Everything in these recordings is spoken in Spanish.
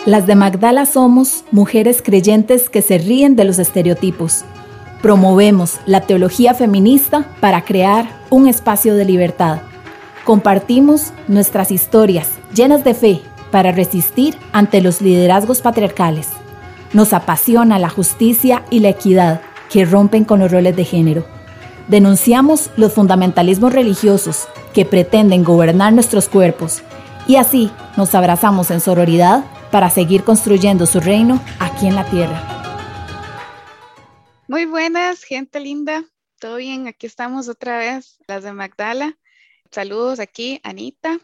Las de Magdala somos mujeres creyentes que se ríen de los estereotipos. Promovemos la teología feminista para crear un espacio de libertad. Compartimos nuestras historias llenas de fe para resistir ante los liderazgos patriarcales. Nos apasiona la justicia y la equidad que rompen con los roles de género. Denunciamos los fundamentalismos religiosos que pretenden gobernar nuestros cuerpos y así nos abrazamos en sororidad para seguir construyendo su reino aquí en la tierra. Muy buenas, gente linda. ¿Todo bien? Aquí estamos otra vez, las de Magdala. Saludos aquí, Anita.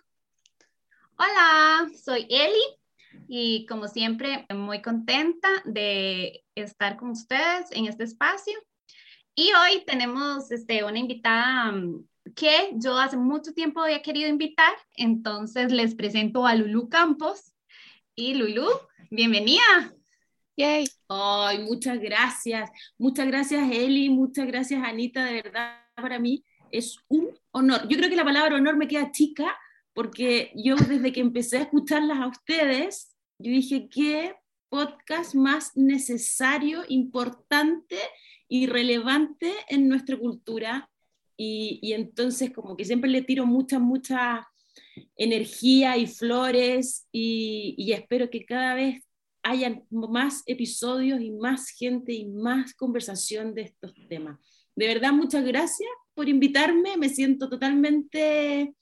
Hola, soy Eli y como siempre muy contenta de estar con ustedes en este espacio. Y hoy tenemos una invitada que yo hace mucho tiempo había querido invitar, entonces les presento a Lulú Campos. Y Lulú, bienvenida. Yay. Ay, muchas gracias Eli, muchas gracias Anita, de verdad para mí es un honor. Yo creo que la palabra honor me queda chica, porque yo desde que empecé a escucharlas a ustedes, yo dije, ¿qué podcast más necesario, importante y relevante en nuestra cultura? Y entonces como que siempre le tiro mucha energía y flores y espero que cada vez hayan más episodios y más gente y más conversación de estos temas. De verdad, muchas gracias por invitarme, me siento totalmente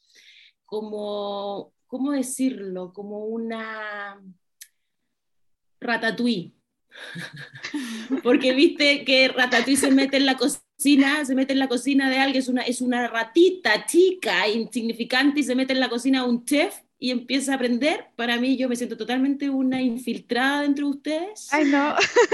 como, ¿cómo decirlo? Como una ratatouille. Porque viste que Ratatouille se mete en la cocina de alguien, es una ratita chica, insignificante, y se mete en la cocina de un chef y empieza a aprender. Para mí, yo me siento totalmente una infiltrada dentro de ustedes. Ay, no.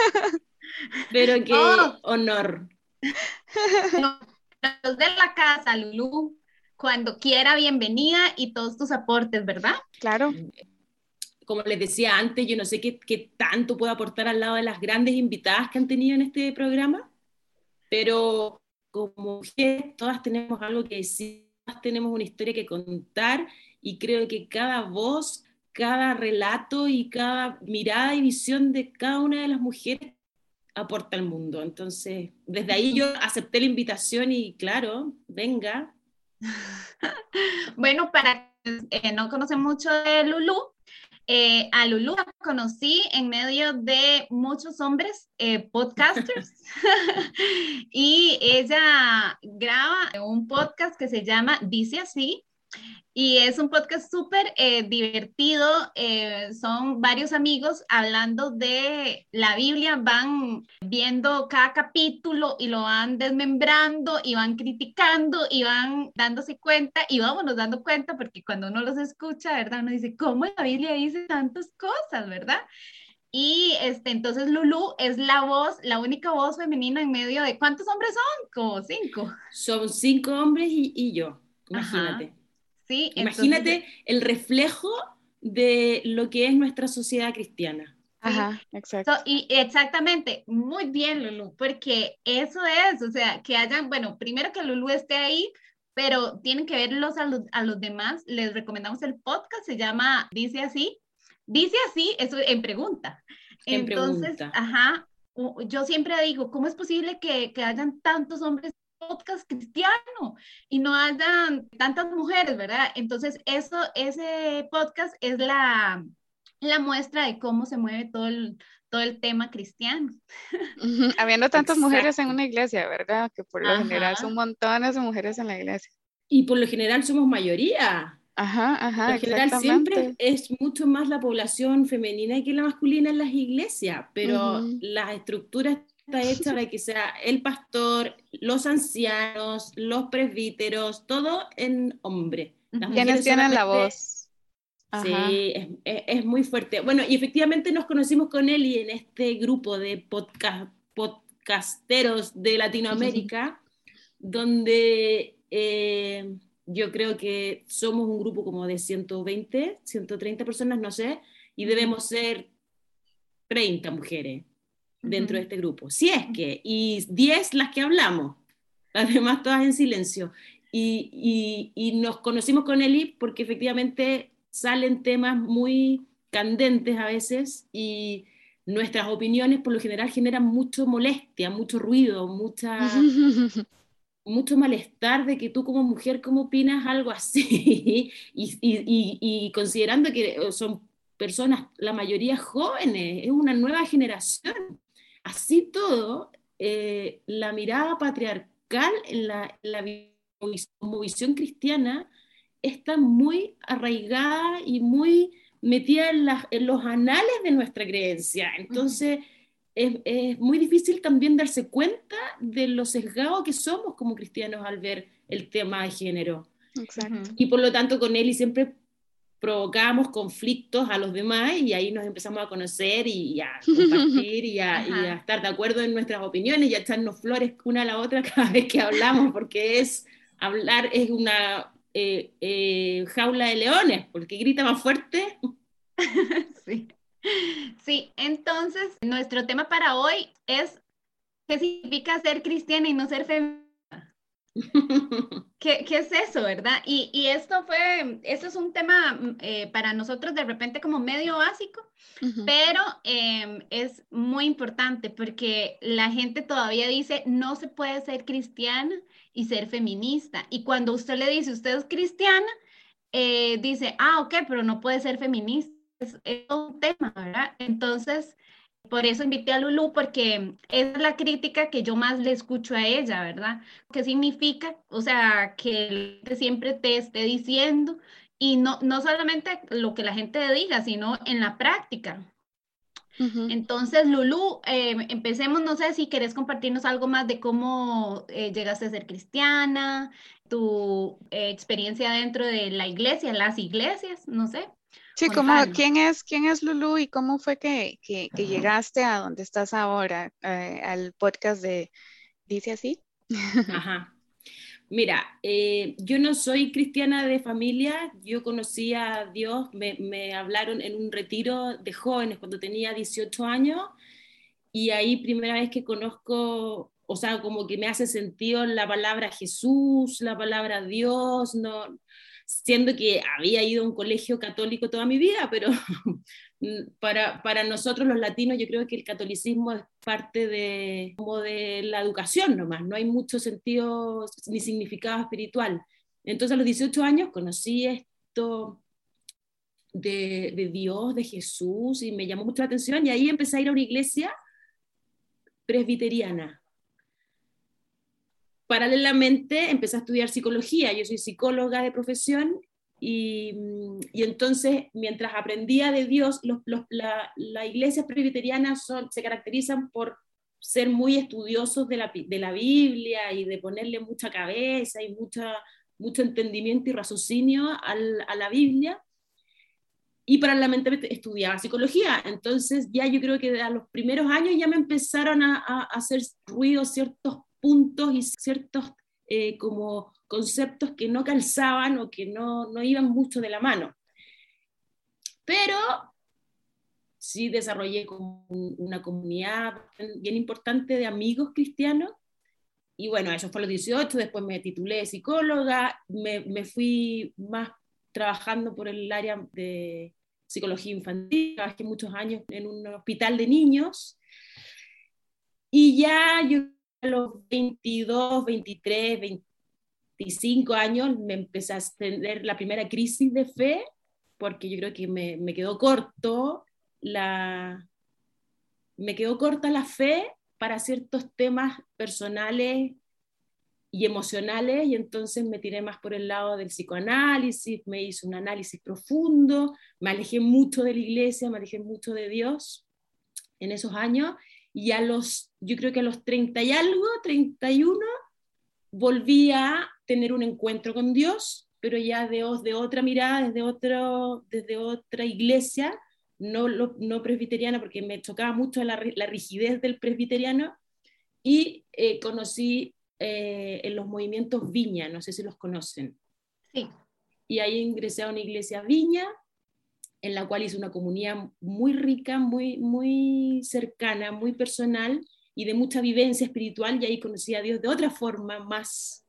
Pero qué honor. No, los de la casa, Lulú, cuando quiera, bienvenida y todos tus aportes, ¿verdad? Claro. Como les decía antes, yo no sé qué tanto puedo aportar al lado de las grandes invitadas que han tenido en este programa, pero como mujeres todas tenemos algo que decir, todas tenemos una historia que contar, y creo que cada voz, cada relato y cada mirada y visión de cada una de las mujeres aporta al mundo. Entonces, desde ahí yo acepté la invitación y claro, venga. Bueno, para no conocer mucho de Lulú, a Lulú la conocí en medio de muchos hombres podcasters y ella graba un podcast que se llama Dice Así, y es un podcast súper divertido. Son varios amigos hablando de la Biblia, van viendo cada capítulo y lo van desmembrando y van criticando y van dándose cuenta, y vámonos dando cuenta, porque cuando uno los escucha, ¿verdad? Uno dice, ¿cómo la Biblia dice tantas cosas, verdad? Y entonces Lulú es la voz, la única voz femenina en medio de, ¿cuántos hombres son? Como 5. Son 5 hombres y yo, imagínate. Ajá. Sí, imagínate entonces, el reflejo de lo que es nuestra sociedad cristiana. Ajá, exacto. y exactamente, muy bien, Lulú, porque eso es, o sea, que hayan, bueno, primero que Lulú esté ahí, pero tienen que verlos a los demás. Les recomendamos el podcast, se llama Dice Así, eso en pregunta. Entonces, pregunta. Ajá, yo siempre digo, ¿cómo es posible que hayan tantos hombres podcast cristiano y no hayan tantas mujeres, ¿verdad? Entonces, ese podcast es la muestra de cómo se mueve todo el tema cristiano. Habiendo tantas Exacto. mujeres en una iglesia, ¿verdad? Que por lo general son montones de mujeres en la iglesia. Y por lo general somos mayoría. Ajá, Por lo general siempre es mucho más la población femenina que la masculina en las iglesias, pero las estructuras está hecha para que sea el pastor, los ancianos, los presbíteros, todo en hombre. ¿Quiénes tienen la voz? Ajá. Sí, es muy fuerte. Bueno, y efectivamente nos conocimos con Eli en este grupo de podcasteros de Latinoamérica, donde yo creo que somos un grupo como de 120, 130 personas, no sé, y debemos ser 30 mujeres dentro de este grupo, si es que, y 10 las que hablamos, las demás todas en silencio. Y nos conocimos con Eli porque efectivamente salen temas muy candentes a veces, y nuestras opiniones por lo general generan mucho molestia, mucho ruido, mucho malestar de que tú como mujer, ¿cómo opinas algo así? Y considerando que son personas, la mayoría jóvenes, es una nueva generación. Así todo, la mirada patriarcal como visión cristiana está muy arraigada y muy metida en los anales de nuestra creencia. Entonces, es muy difícil también darse cuenta de lo sesgado que somos como cristianos al ver el tema de género. Exacto. Y por lo tanto, con él y siempre provocábamos conflictos a los demás y ahí nos empezamos a conocer y a compartir y a estar de acuerdo en nuestras opiniones y a echarnos flores una a la otra cada vez que hablamos, porque hablar es una jaula de leones, porque grita más fuerte. Sí. Sí, entonces nuestro tema para hoy es ¿qué significa ser cristiana y no ser feminista? ¿Qué es eso, verdad? Y esto es un tema para nosotros de repente como medio básico, pero es muy importante porque la gente todavía dice no se puede ser cristiana y ser feminista. Y cuando usted le dice usted es cristiana, dice, ok, pero no puede ser feminista. Es un tema, ¿verdad? Entonces, por eso invité a Lulú, porque es la crítica que yo más le escucho a ella, ¿verdad? ¿Qué significa? O sea, que siempre te esté diciendo, y no solamente lo que la gente diga, sino en la práctica. Entonces, Lulú, empecemos, no sé si querés compartirnos algo más de cómo llegaste a ser cristiana, tu experiencia dentro de la iglesia, las iglesias, no sé, Sí, contanos. quién es Lulú y cómo fue que llegaste a donde estás ahora, al podcast de Dice Así? Ajá. Mira, yo no soy cristiana de familia, yo conocí a Dios, me hablaron en un retiro de jóvenes cuando tenía 18 años y ahí primera vez que conozco, o sea, como que me hace sentido la palabra Jesús, la palabra Dios, no, siendo que había ido a un colegio católico toda mi vida, pero para nosotros los latinos yo creo que el catolicismo es parte como de la educación nomás, no hay mucho sentido ni significado espiritual. Entonces a los 18 años conocí esto de Dios, de Jesús, y me llamó mucho la atención y ahí empecé a ir a una iglesia presbiteriana. Paralelamente empecé a estudiar psicología, yo soy psicóloga de profesión y entonces mientras aprendía de Dios, las iglesias presbiterianas se caracterizan por ser muy estudiosos de la Biblia y de ponerle mucha cabeza y mucho entendimiento y raciocinio a la Biblia. Y paralelamente estudiaba psicología, entonces ya yo creo que a los primeros años ya me empezaron a hacer ruido ciertos puntos y ciertos como conceptos que no calzaban o que no iban mucho de la mano. Pero sí desarrollé como una comunidad bien importante de amigos cristianos, y bueno, eso fue a los 18, después me titulé de psicóloga, me fui más trabajando por el área de psicología infantil, trabajé muchos años en un hospital de niños, y ya yo a los 22, 23, 25 años me empecé a tener la primera crisis de fe, porque yo creo que me quedó me quedó corta la fe para ciertos temas personales y emocionales, y entonces me tiré más por el lado del psicoanálisis, me hice un análisis profundo, me alejé mucho de la iglesia, me alejé mucho de Dios en esos años, y yo creo que a los 30 y algo, 31, volví a tener un encuentro con Dios, pero ya de otra mirada, desde otra iglesia, no presbiteriana, porque me chocaba mucho la rigidez del presbiteriano, y conocí en los movimientos Viña, no sé si los conocen. Sí. Y ahí ingresé a una iglesia Viña, en la cual hice una comunidad muy rica, muy cercana, muy personal y de mucha vivencia espiritual, y ahí conocí a Dios de otra forma, más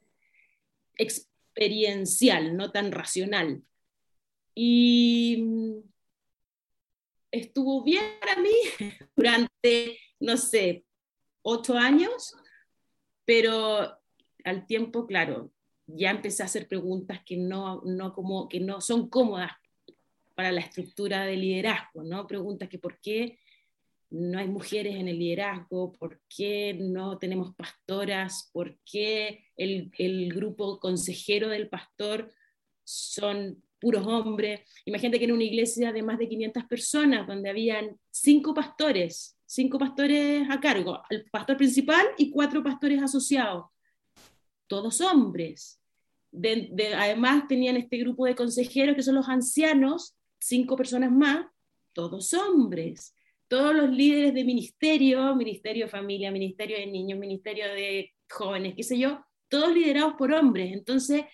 experiencial, no tan racional. Y estuvo bien para mí durante, no sé, 8 años, pero al tiempo, claro, ya empecé a hacer preguntas que que no son cómodas para la estructura de liderazgo, ¿no? Preguntas que por qué no hay mujeres en el liderazgo, por qué no tenemos pastoras, por qué el grupo consejero del pastor son puros hombres. Imagínate que en una iglesia de más de 500 personas, donde habían 5 pastores a cargo, el pastor principal y 4 pastores asociados, todos hombres. Además tenían este grupo de consejeros que son los ancianos, 5 personas más, todos hombres. Todos los líderes de ministerio de familia, ministerio de niños, ministerio de jóvenes, qué sé yo, todos liderados por hombres. Entonces,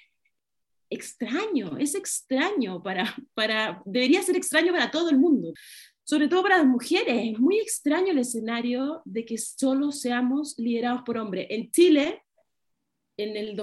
es extraño debería ser extraño para todo el mundo, sobre todo para las mujeres. Es muy extraño el escenario de que solo seamos liderados por hombres. En Chile, en el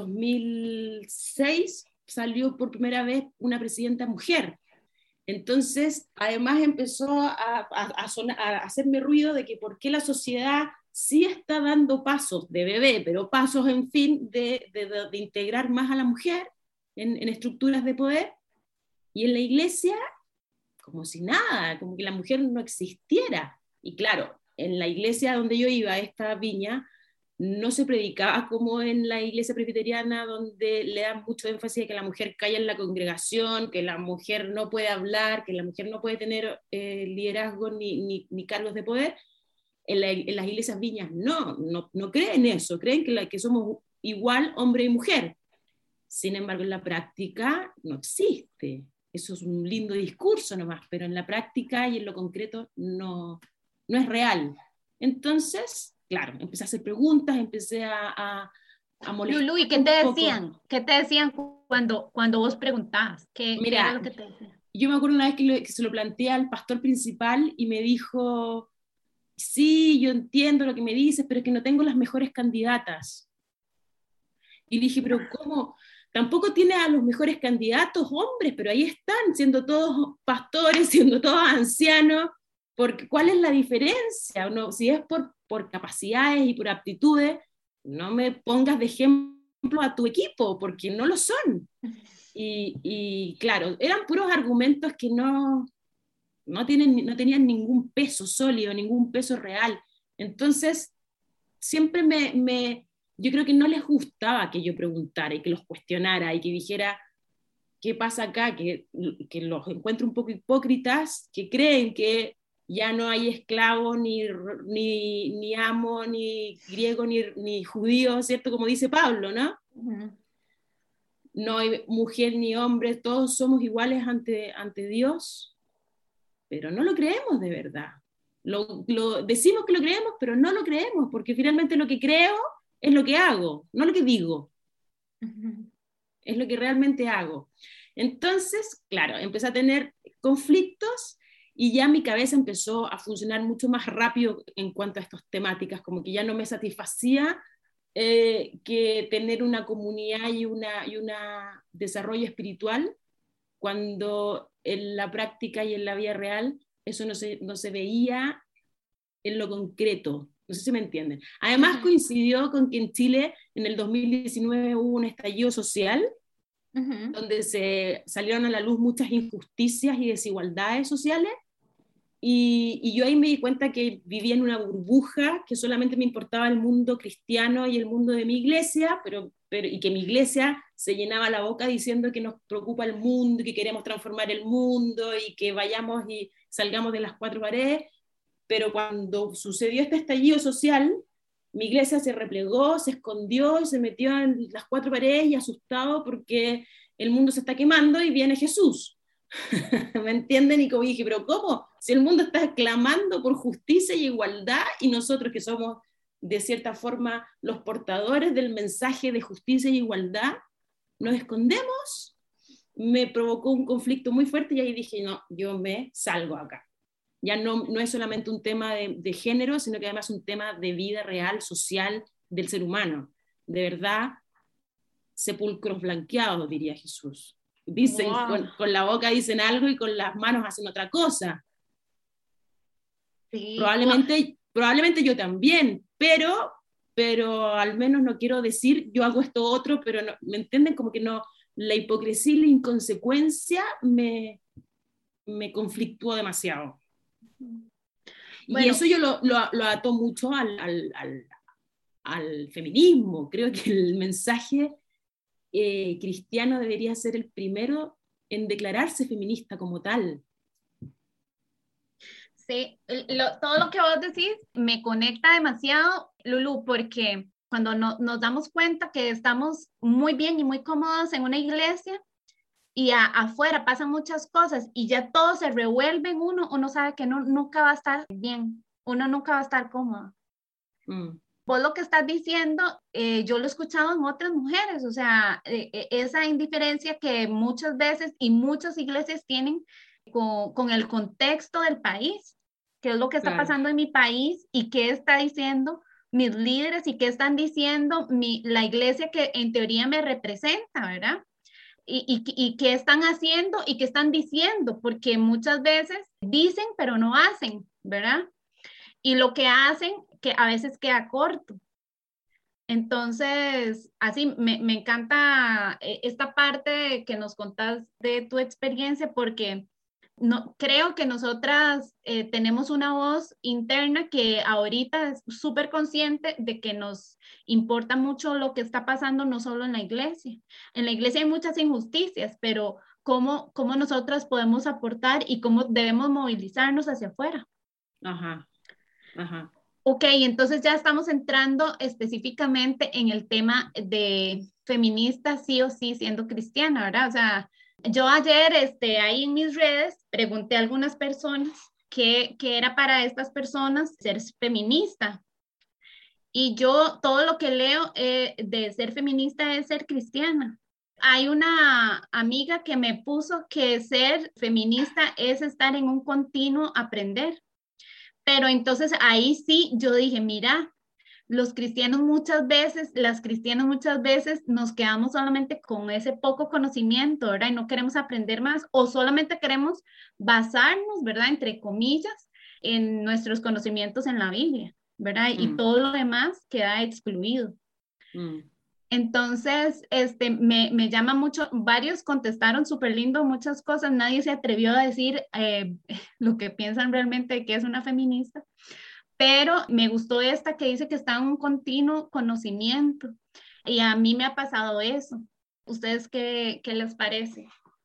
2006, salió por primera vez una presidenta mujer. Entonces, además empezó a hacerme ruido de que por qué la sociedad sí está dando pasos de bebé, pero pasos, en fin, de integrar más a la mujer en estructuras de poder, y en la iglesia, como si nada, como que la mujer no existiera. Y claro, en la iglesia donde yo iba, esta viña, no se predicaba como en la iglesia presbiteriana, donde le dan mucho énfasis a que la mujer calla en la congregación, que la mujer no puede hablar, que la mujer no puede tener liderazgo ni cargos de poder. En las iglesias viñas no creen eso, creen que somos igual hombre y mujer. Sin embargo, en la práctica no existe. Eso es un lindo discurso nomás, pero en la práctica y en lo concreto no es real. Entonces, claro, empecé a hacer preguntas, empecé a molestar. Lulú, ¿y qué te decían? ¿Qué te decían cuando vos preguntabas? ¿Qué era lo que te decían? Yo me acuerdo una vez que se lo planteé al pastor principal y me dijo, sí, yo entiendo lo que me dices, pero es que no tengo las mejores candidatas. Y dije, pero ¿cómo? Tampoco tiene a los mejores candidatos hombres, pero ahí están, siendo todos pastores, siendo todos ancianos. Porque, ¿cuál es la diferencia? No, si es por capacidades y por aptitudes, no me pongas de ejemplo a tu equipo, porque no lo son. Y claro, eran puros argumentos que no tenían ningún peso sólido, ningún peso real. Entonces, siempre yo creo que no les gustaba que yo preguntara y que los cuestionara y que dijera, ¿qué pasa acá? Que los encuentro un poco hipócritas, que creen que ya no hay esclavo, ni amo, ni griego, ni judío, ¿cierto? Como dice Pablo, ¿no? Uh-huh. No hay mujer ni hombre, todos somos iguales ante Dios, pero no lo creemos de verdad. Decimos que lo creemos, pero no lo creemos, porque finalmente lo que creo es lo que hago, no lo que digo. Uh-huh. Es lo que realmente hago. Entonces, claro, empecé a tener conflictos y ya mi cabeza empezó a funcionar mucho más rápido en cuanto a estas temáticas, como que ya no me satisfacía que tener una comunidad y un desarrollo espiritual, cuando en la práctica y en la vida real eso no se veía en lo concreto. No sé si me entienden. Además, uh-huh, coincidió con que en Chile en el 2019 hubo un estallido social, uh-huh, donde se salieron a la luz muchas injusticias y desigualdades sociales, y yo ahí me di cuenta que vivía en una burbuja, que solamente me importaba el mundo cristiano y el mundo de mi iglesia, y que mi iglesia se llenaba la boca diciendo que nos preocupa el mundo, que queremos transformar el mundo y que vayamos y salgamos de las 4 paredes. Pero cuando sucedió este estallido social, mi iglesia se replegó, se escondió, se metió en las 4 paredes y asustado porque el mundo se está quemando y viene Jesús. ¿Me entienden? Y como dije, pero ¿cómo? Si el mundo está clamando por justicia y igualdad y nosotros que somos de cierta forma los portadores del mensaje de justicia y igualdad, nos escondemos, me provocó un conflicto muy fuerte y ahí dije, no, yo me salgo acá. Ya no es solamente un tema de género, sino que además es un tema de vida real, social, del ser humano. De verdad, sepulcros blanqueados, diría Jesús. Dicen, wow, con la boca dicen algo y con las manos hacen otra cosa. Sí. Probablemente yo también, pero al menos no quiero decir yo hago esto otro, pero no, ¿me entienden? Como que no, la hipocresía y la inconsecuencia me conflictúa demasiado. Y Bueno, eso yo lo ato mucho al feminismo. Creo que el mensaje cristiano debería ser el primero en declararse feminista como tal. sí, todo lo que vos decís me conecta demasiado, Lulu, porque cuando nos damos cuenta que estamos muy bien y muy cómodos en una iglesia y afuera pasan muchas cosas y ya todo se revuelve en uno sabe que nunca va a estar bien, uno nunca va a estar cómodo. Mm. Vos lo que estás diciendo, yo lo he escuchado en otras mujeres, o sea, esa indiferencia que muchas veces y muchas iglesias tienen con el contexto del país, qué es lo que está Claro. pasando en mi país y qué está diciendo mis líderes y qué están diciendo la iglesia que en teoría me representa, ¿verdad? Y qué están haciendo y qué están diciendo, porque muchas veces dicen pero no hacen, ¿verdad? Y lo que hacen que a veces queda corto. Entonces, así me encanta esta parte que nos contás de tu experiencia porque no, creo que nosotras tenemos una voz interna que ahorita es súper consciente de que nos importa mucho lo que está pasando no solo en la iglesia. En la iglesia hay muchas injusticias, pero cómo nosotras podemos aportar y cómo debemos movilizarnos hacia afuera. Ajá, ajá. Ok, entonces ya estamos entrando específicamente en el tema de feminista sí o sí siendo cristiana, ¿verdad? O sea, yo ayer ahí en mis redes pregunté a algunas personas qué era para estas personas ser feminista. Y yo todo lo que leo de ser feminista es ser cristiana. Hay una amiga que me puso que ser feminista es estar en un continuo aprender. Pero entonces ahí sí yo dije, mira, los cristianos muchas veces, las cristianas muchas veces nos quedamos solamente con ese poco conocimiento, ¿verdad? Y no queremos aprender más o solamente queremos basarnos, ¿verdad? Entre comillas, en nuestros conocimientos en la Biblia, ¿verdad? Y todo lo demás queda excluido. Entonces, me llama mucho, varios contestaron súper lindo muchas cosas, nadie se atrevió a decir lo que piensan realmente que es una feminista, pero me gustó esta que dice que está en un continuo conocimiento y a mí me ha pasado eso. ¿Ustedes qué les parece?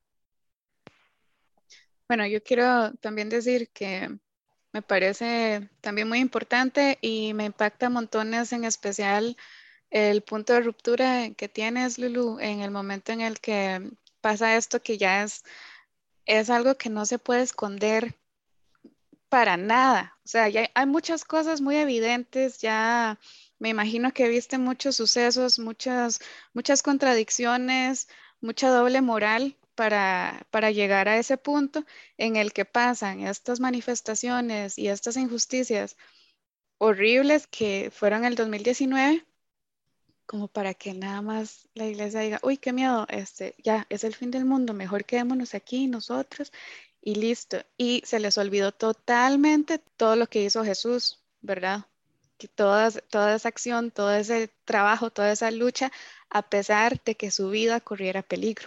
Bueno, yo quiero también decir que me parece también muy importante y me impacta montones, en especial el punto de ruptura que tienes, Lulu, en el momento en el que pasa esto que ya es algo que no se puede esconder para nada. O sea, ya hay muchas cosas muy evidentes, ya me imagino que viste muchos sucesos, muchas contradicciones, mucha doble moral para llegar a ese punto en el que pasan estas manifestaciones y estas injusticias horribles que fueron el 2019, como para que nada más la iglesia diga, uy, qué miedo, ya es el fin del mundo, mejor quedémonos aquí nosotros y listo. Y se les olvidó totalmente todo lo que hizo Jesús, ¿verdad? Que toda esa acción, todo ese trabajo, toda esa lucha, a pesar de que su vida corriera peligro.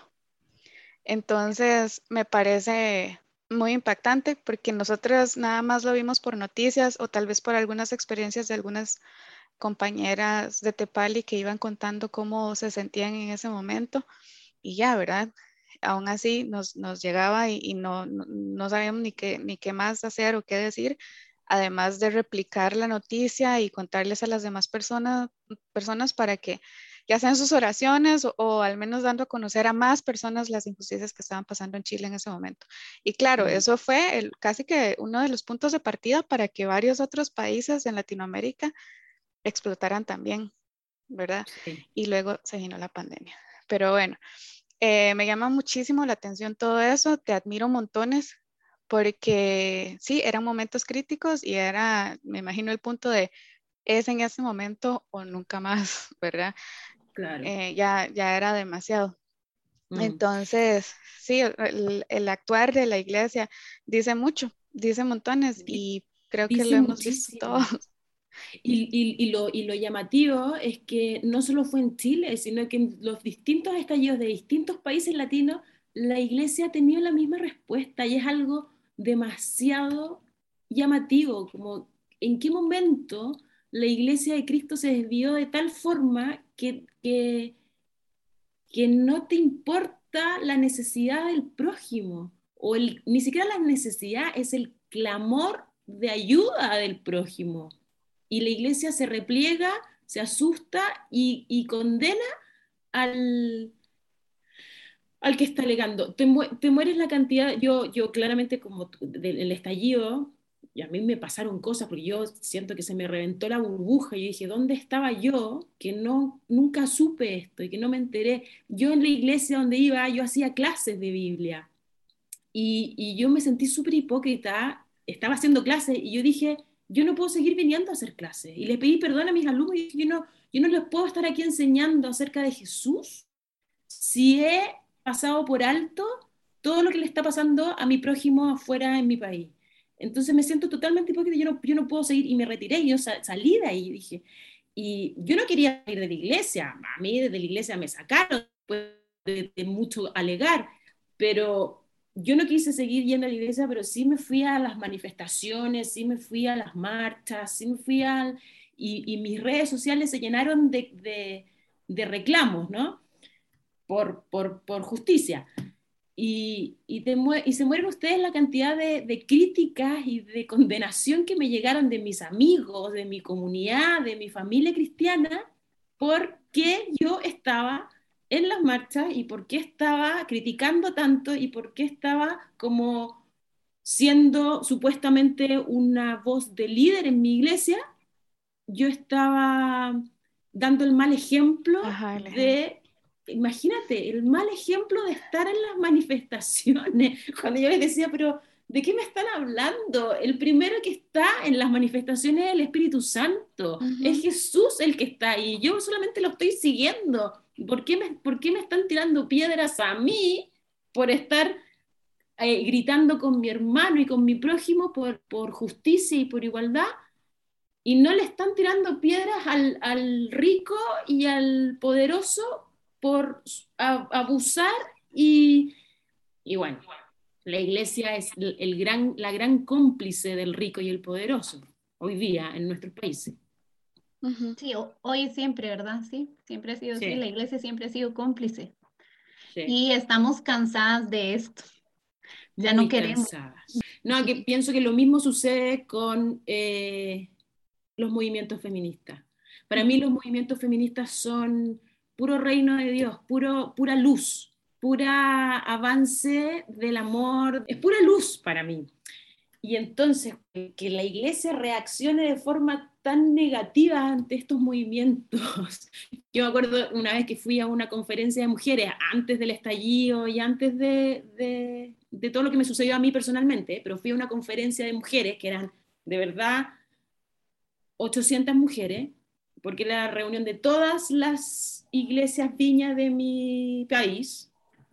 Entonces, me parece muy impactante porque nosotros nada más lo vimos por noticias o tal vez por algunas experiencias de algunas compañeras de Tepali que iban contando cómo se sentían en ese momento y ya, ¿verdad? Aún así nos llegaba y no sabíamos ni qué más hacer o qué decir, además de replicar la noticia y contarles a las demás personas para que ya sean sus oraciones o al menos dando a conocer a más personas las injusticias que estaban pasando en Chile en ese momento. Y claro, eso fue casi que uno de los puntos de partida para que varios otros países en Latinoamérica explotaran también, ¿verdad? Sí. Y luego se vino la pandemia. Pero bueno, me llama muchísimo la atención todo eso, te admiro montones, porque sí, eran momentos críticos y era, me imagino, el punto de es en ese momento o nunca más, ¿verdad? Claro. Ya era demasiado. Entonces, sí, el actuar de la iglesia dice mucho, dice montones y Creo que lo dice hemos visto muchísimo. todos. Y lo llamativo es que no solo fue en Chile, sino que en los distintos estallidos de distintos países latinos, la iglesia ha tenido la misma respuesta y es algo demasiado llamativo, como en qué momento la iglesia de Cristo se desvió de tal forma que no te importa la necesidad del prójimo, ni siquiera la necesidad, es el clamor de ayuda del prójimo. Y la iglesia se repliega, se asusta y condena al, al que está alegando. Te mueres la cantidad, yo claramente como del estallido, y a mí me pasaron cosas, porque yo siento que se me reventó la burbuja, y yo dije, ¿dónde estaba yo que nunca supe esto y que no me enteré? Yo en la iglesia donde iba, yo hacía clases de Biblia, y yo me sentí súper hipócrita, estaba haciendo clases, y yo dije, yo no puedo seguir viniendo a hacer clases, y le pedí perdón a mis alumnos, y dije, yo no les puedo estar aquí enseñando acerca de Jesús si he pasado por alto todo lo que le está pasando a mi prójimo afuera en mi país. Entonces me siento totalmente hipócrita, yo no puedo seguir, y me retiré, y yo salí de ahí, dije, y yo no quería ir de la iglesia, a mí desde la iglesia me sacaron después de mucho alegar, pero yo no quise seguir yendo a la iglesia, pero sí me fui a las manifestaciones, sí me fui a las marchas, sí me fui y mis redes sociales se llenaron de reclamos, ¿no? Por justicia. Y se mueren ustedes la cantidad de críticas y de condenación que me llegaron de mis amigos, de mi comunidad, de mi familia cristiana, porque yo estaba en las marchas y por qué estaba criticando tanto y por qué estaba como siendo supuestamente una voz de líder en mi iglesia. Yo estaba dando el mal ejemplo Ajá, el ejemplo. de, imagínate, el mal ejemplo de estar en las manifestaciones, cuando yo les decía, pero ¿de qué me están hablando? El primero que está en las manifestaciones es el Espíritu Santo, es Ujú. Jesús el que está ahí, yo solamente lo estoy siguiendo. ¿Por qué me están tirando piedras a mí por estar gritando con mi hermano y con mi prójimo por justicia y por igualdad? Y no le están tirando piedras al rico y al poderoso por abusar y bueno, la iglesia es la gran cómplice del rico y el poderoso hoy día en nuestros países. Ujú. Sí, hoy y siempre, ¿verdad? Sí, siempre ha sido así, Sí, la iglesia siempre ha sido cómplice sí, y estamos cansadas de esto, ya no muy queremos. cansadas. No, que pienso que lo mismo sucede con los movimientos feministas. Para mí los movimientos feministas son puro reino de Dios, pura luz, pura avance del amor, es pura luz para mí. Y entonces, que la iglesia reaccione de forma tan negativa ante estos movimientos. Yo me acuerdo una vez que fui a una conferencia de mujeres antes del estallido y antes de todo lo que me sucedió a mí personalmente, pero fui a una conferencia de mujeres que eran de verdad 800 mujeres, porque era la reunión de todas las iglesias viñas de mi país,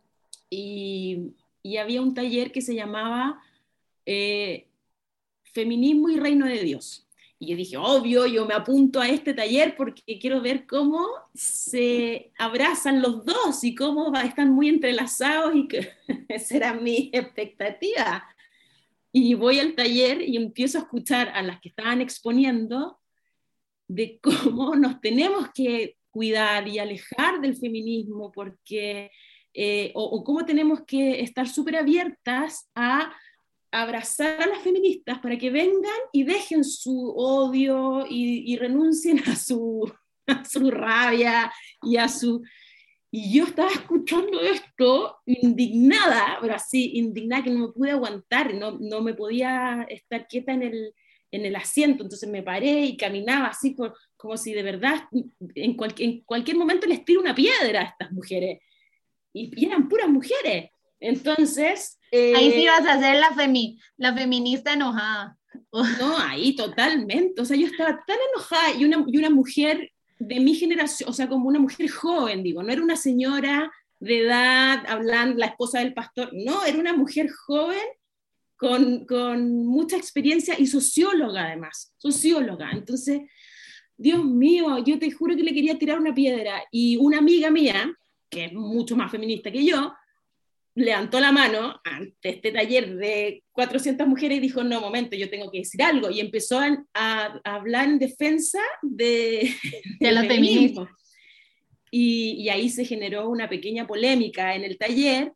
y había un taller que se llamaba eh, Feminismo y Reino de Dios. Y yo dije, obvio, yo me apunto a este taller porque quiero ver cómo se abrazan los dos y cómo están muy entrelazados y que esa era mi expectativa. Y voy al taller y empiezo a escuchar a las que estaban exponiendo de cómo nos tenemos que cuidar y alejar del feminismo, porque, o cómo tenemos que estar súper abiertas a abrazar a las feministas para que vengan y dejen su odio y renuncien a su rabia y a su... Y yo estaba escuchando esto indignada, pero así, indignada que no me pude aguantar, no me podía estar quieta en el asiento, entonces me paré y caminaba así como si de verdad en cualquier momento les tiro una piedra a estas mujeres. Y eran puras mujeres. Entonces... Ahí sí vas a ser la feminista enojada. No, ahí totalmente. O sea, yo estaba tan enojada y una mujer de mi generación, o sea, como una mujer joven, digo, no era una señora de edad hablando, la esposa del pastor, no, era una mujer joven con mucha experiencia y socióloga además, socióloga. Entonces, Dios mío, yo te juro que le quería tirar una piedra y una amiga mía, que es mucho más feminista que yo, levantó la mano ante este taller de 400 mujeres y dijo, no, momento, yo tengo que decir algo, y empezó a hablar en defensa del la feminismo. Y ahí se generó una pequeña polémica en el taller,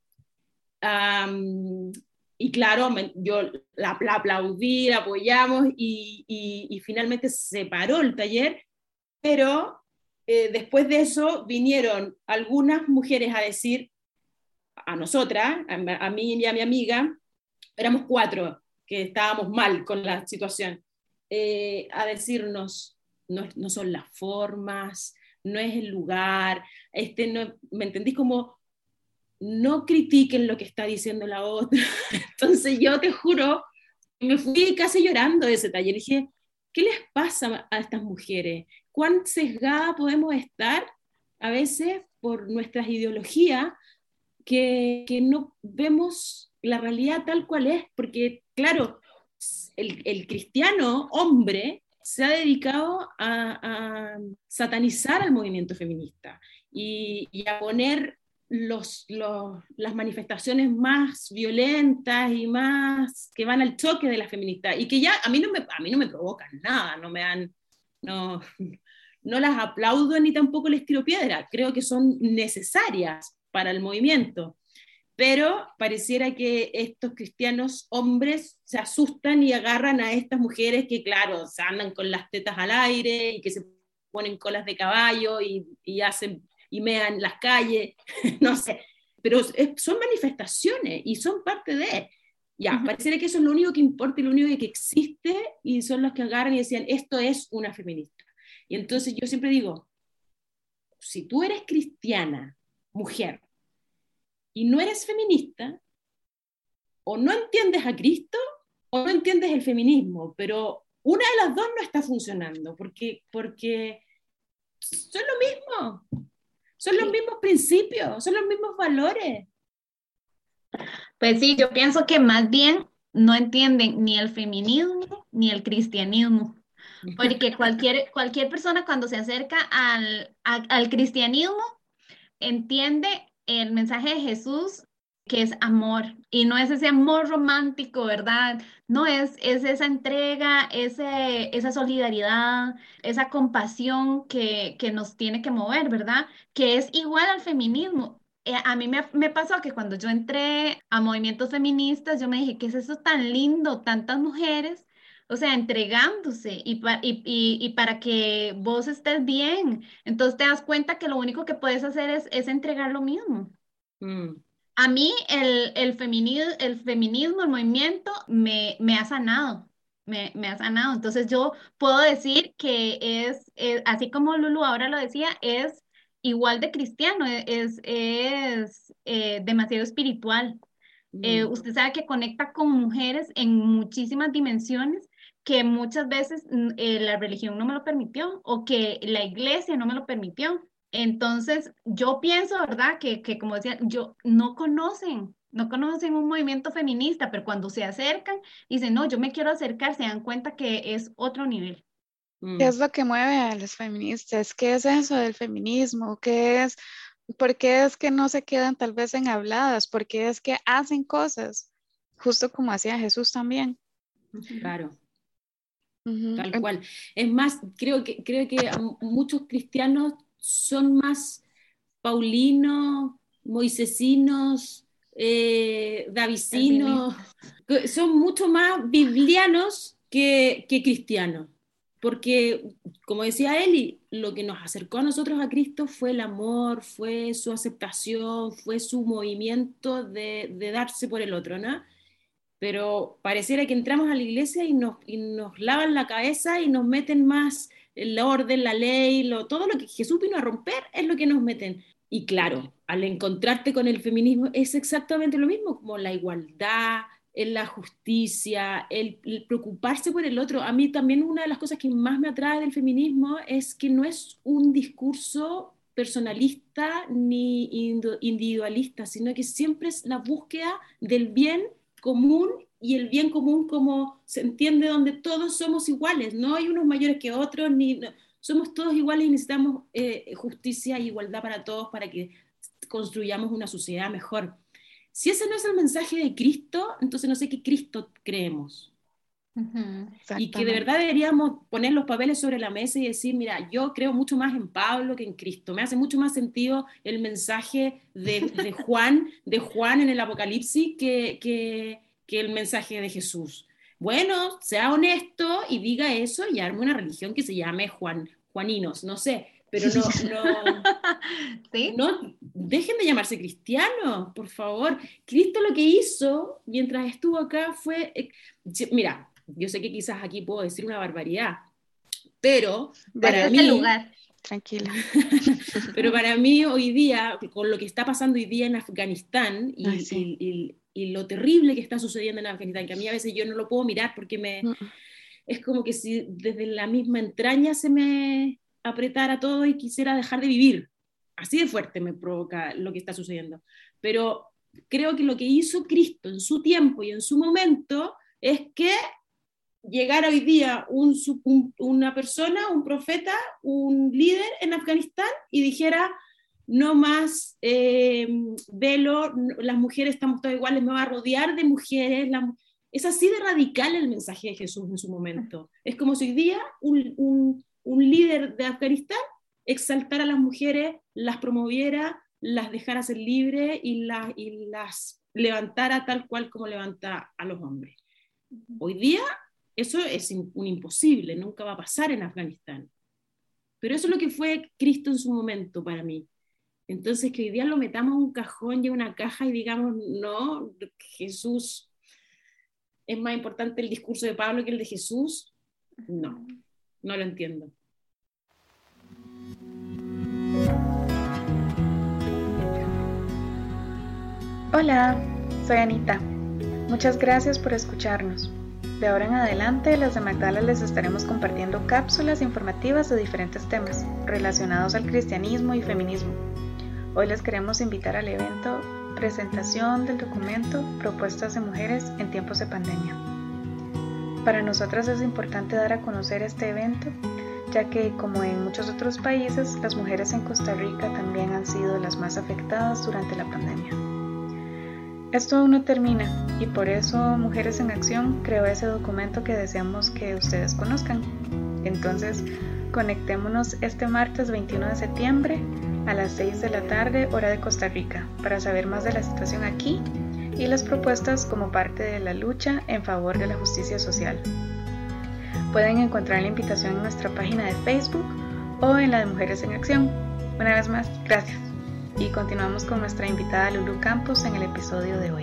y claro, yo la aplaudí, la apoyamos, y finalmente se paró el taller, pero después de eso vinieron algunas mujeres a decir, a nosotras, a mí y a mi amiga, éramos 4 que estábamos mal con la situación, a decirnos, no son las formas, no es el lugar, no, ¿me entendís? Como, no critiquen lo que está diciendo la otra. Entonces yo te juro, me fui casi llorando de ese taller, y dije, ¿qué les pasa a estas mujeres? ¿Cuán sesgada podemos estar a veces por nuestras ideologías, que no vemos la realidad tal cual es? Porque, claro, el cristiano hombre se ha dedicado a satanizar al movimiento feminista y a poner las manifestaciones más violentas y más que van al choque de la feminista, y que ya a mí no me provocan nada, no, no las aplaudo ni tampoco les tiro piedra, creo que son necesarias para el movimiento, pero pareciera que estos cristianos hombres se asustan y agarran a estas mujeres que, claro, se andan con las tetas al aire y que se ponen colas de caballo y hacen y mean las calles, no sé, pero son manifestaciones y son parte de, ya, pareciera que eso es lo único que importa y lo único que existe, y son los que agarran y decían, esto es una feminista. Y entonces yo siempre digo, si tú eres cristiana, mujer, y no eres feminista, o no entiendes a Cristo, o no entiendes el feminismo, pero una de las dos no está funcionando, porque son lo mismo. Son los mismos principios, son los mismos valores. Pues sí, yo pienso que más bien no entienden ni el feminismo ni el cristianismo, porque cualquier persona cuando se acerca al cristianismo entiende el mensaje de Jesús, que es amor, y no es ese amor romántico, ¿verdad? No es esa entrega, esa solidaridad, esa compasión que nos tiene que mover, ¿verdad? Que es igual al feminismo. A mí me pasó que cuando yo entré a movimientos feministas, yo me dije, ¿qué es eso tan lindo? Tantas mujeres, o sea, entregándose y para que vos estés bien. Entonces te das cuenta que lo único que puedes hacer es entregar lo mismo. Mm. A mí el feminismo, el movimiento, me ha sanado, me ha sanado. Entonces yo puedo decir que así como Lulu ahora lo decía, es igual de cristiano, es demasiado espiritual. Usted sabe que conecta con mujeres en muchísimas dimensiones que muchas veces la religión no me lo permitió o que la iglesia no me lo permitió. Entonces, yo pienso, ¿verdad? Que como decía, no conocen un movimiento feminista, pero cuando se acercan, dicen, no, yo me quiero acercar, se dan cuenta que es otro nivel. ¿Qué es lo que mueve a las feministas? ¿Qué es eso del feminismo? ¿Por qué es que no se quedan tal vez en habladas? ¿Por qué es que hacen cosas? Justo como hacía Jesús también. Claro. Ujú. Tal cual. Es más, creo que muchos cristianos son más paulinos, moisesinos, davicinos, son mucho más biblianos que cristianos. Porque, como decía Eli, lo que nos acercó a nosotros a Cristo fue el amor, fue su aceptación, fue su movimiento de darse por el otro, ¿no? Pero pareciera que entramos a la iglesia y nos lavan la cabeza y nos meten más el orden, la ley, todo lo que Jesús vino a romper es lo que nos meten. Y claro, al encontrarte con el feminismo es exactamente lo mismo, como la igualdad, la justicia, el preocuparse por el otro. A mí también una de las cosas que más me atrae del feminismo es que no es un discurso personalista ni individualista, sino que siempre es la búsqueda del bien común y el bien común como se entiende, donde todos somos iguales, no hay unos mayores que otros, somos todos iguales y necesitamos justicia e igualdad para todos para que construyamos una sociedad mejor. Si ese no es el mensaje de Cristo, entonces no sé qué Cristo creemos. Y que de verdad deberíamos poner los papeles sobre la mesa y decir, mira, yo creo mucho más en Pablo que en Cristo. Me hace mucho más sentido el mensaje de Juan en el Apocalipsis que el mensaje de Jesús. Bueno, sea honesto y diga eso y arme una religión que se llame Juaninos, no sé, pero ¿Sí? no dejen de llamarse cristianos, por favor. Cristo lo que hizo mientras estuvo acá fue, mira, yo sé que quizás aquí puedo decir una barbaridad, pero para mí, lugar. Tranquila. pero para mí hoy día, con lo que está pasando hoy día en Afganistán y lo terrible que está sucediendo en Afganistán, que a mí a veces yo no lo puedo mirar porque es como que si desde la misma entraña se me apretara todo y quisiera dejar de vivir. Así de fuerte me provoca lo que está sucediendo. Pero creo que lo que hizo Cristo en su tiempo y en su momento es que llegara hoy día una persona, un profeta, un líder en Afganistán y dijera, no más velo, las mujeres estamos todas iguales, me va a rodear de mujeres. Es así de radical el mensaje de Jesús en su momento. Es como si hoy día un líder de Afganistán exaltara a las mujeres, las promoviera, las dejara ser libres y las levantara tal cual como levanta a los hombres. Hoy día eso es un imposible, nunca va a pasar en Afganistán. Pero eso es lo que fue Cristo en su momento para mí. Entonces que hoy día lo metamos en un cajón y en una caja y digamos, no, Jesús, es más importante el discurso de Pablo que el de Jesús, no lo entiendo. Hola, soy Anita. Muchas gracias por escucharnos. De ahora en adelante, las de Magdala les estaremos compartiendo cápsulas informativas de diferentes temas relacionados al cristianismo y feminismo. Hoy les queremos invitar al evento Presentación del documento Propuestas de Mujeres en tiempos de pandemia. Para nosotras es importante dar a conocer este evento, ya que, como en muchos otros países, las mujeres en Costa Rica también han sido las más afectadas durante la pandemia. Esto aún no termina y por eso Mujeres en Acción creó ese documento que deseamos que ustedes conozcan. Entonces, conectémonos este martes 21 de septiembre a las 6 de la tarde, hora de Costa Rica, para saber más de la situación aquí y las propuestas como parte de la lucha en favor de la justicia social. Pueden encontrar la invitación en nuestra página de Facebook o en la de Mujeres en Acción. Una vez más, gracias. Y continuamos con nuestra invitada Lulu Campos en el episodio de hoy.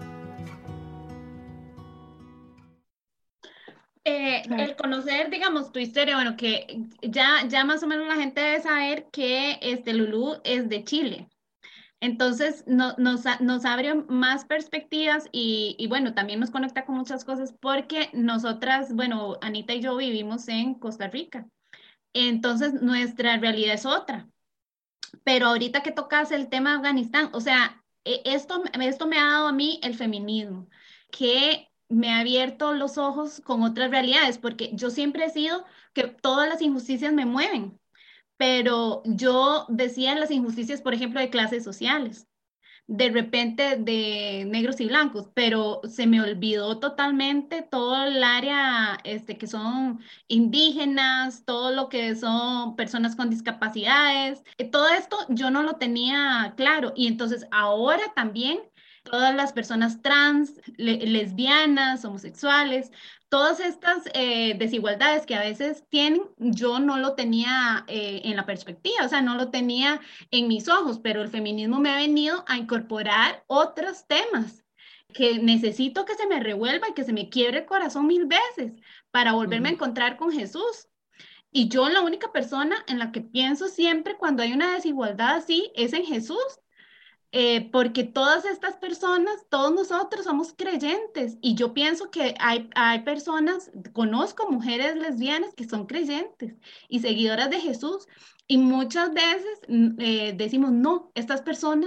El conocer, digamos, tu historia, bueno, que ya más o menos la gente debe saber que Lulu es de Chile. Entonces nos abre más perspectivas y bueno, también nos conecta con muchas cosas porque nosotras, bueno, Anita y yo vivimos en Costa Rica. Entonces nuestra realidad es otra. Pero ahorita que tocas el tema de Afganistán, o sea, esto me ha dado a mí el feminismo, que me ha abierto los ojos con otras realidades, porque yo siempre he sido que todas las injusticias me mueven, pero yo decía las injusticias, por ejemplo, de clases sociales, de repente de negros y blancos, pero se me olvidó totalmente todo el área que son indígenas, todo lo que son personas con discapacidades. Todo esto yo no lo tenía claro y entonces ahora también todas las personas trans, lesbianas, homosexuales, todas estas desigualdades que a veces tienen, yo no lo tenía en la perspectiva, o sea, no lo tenía en mis ojos, pero el feminismo me ha venido a incorporar otros temas que necesito que se me revuelva y que se me quiebre el corazón 1000 veces para volverme a encontrar con Jesús. Y yo la única persona en la que pienso siempre cuando hay una desigualdad así es en Jesús. Porque todas estas personas, todos nosotros somos creyentes y yo pienso que hay personas, conozco mujeres lesbianas que son creyentes y seguidoras de Jesús y muchas veces decimos, no, estas personas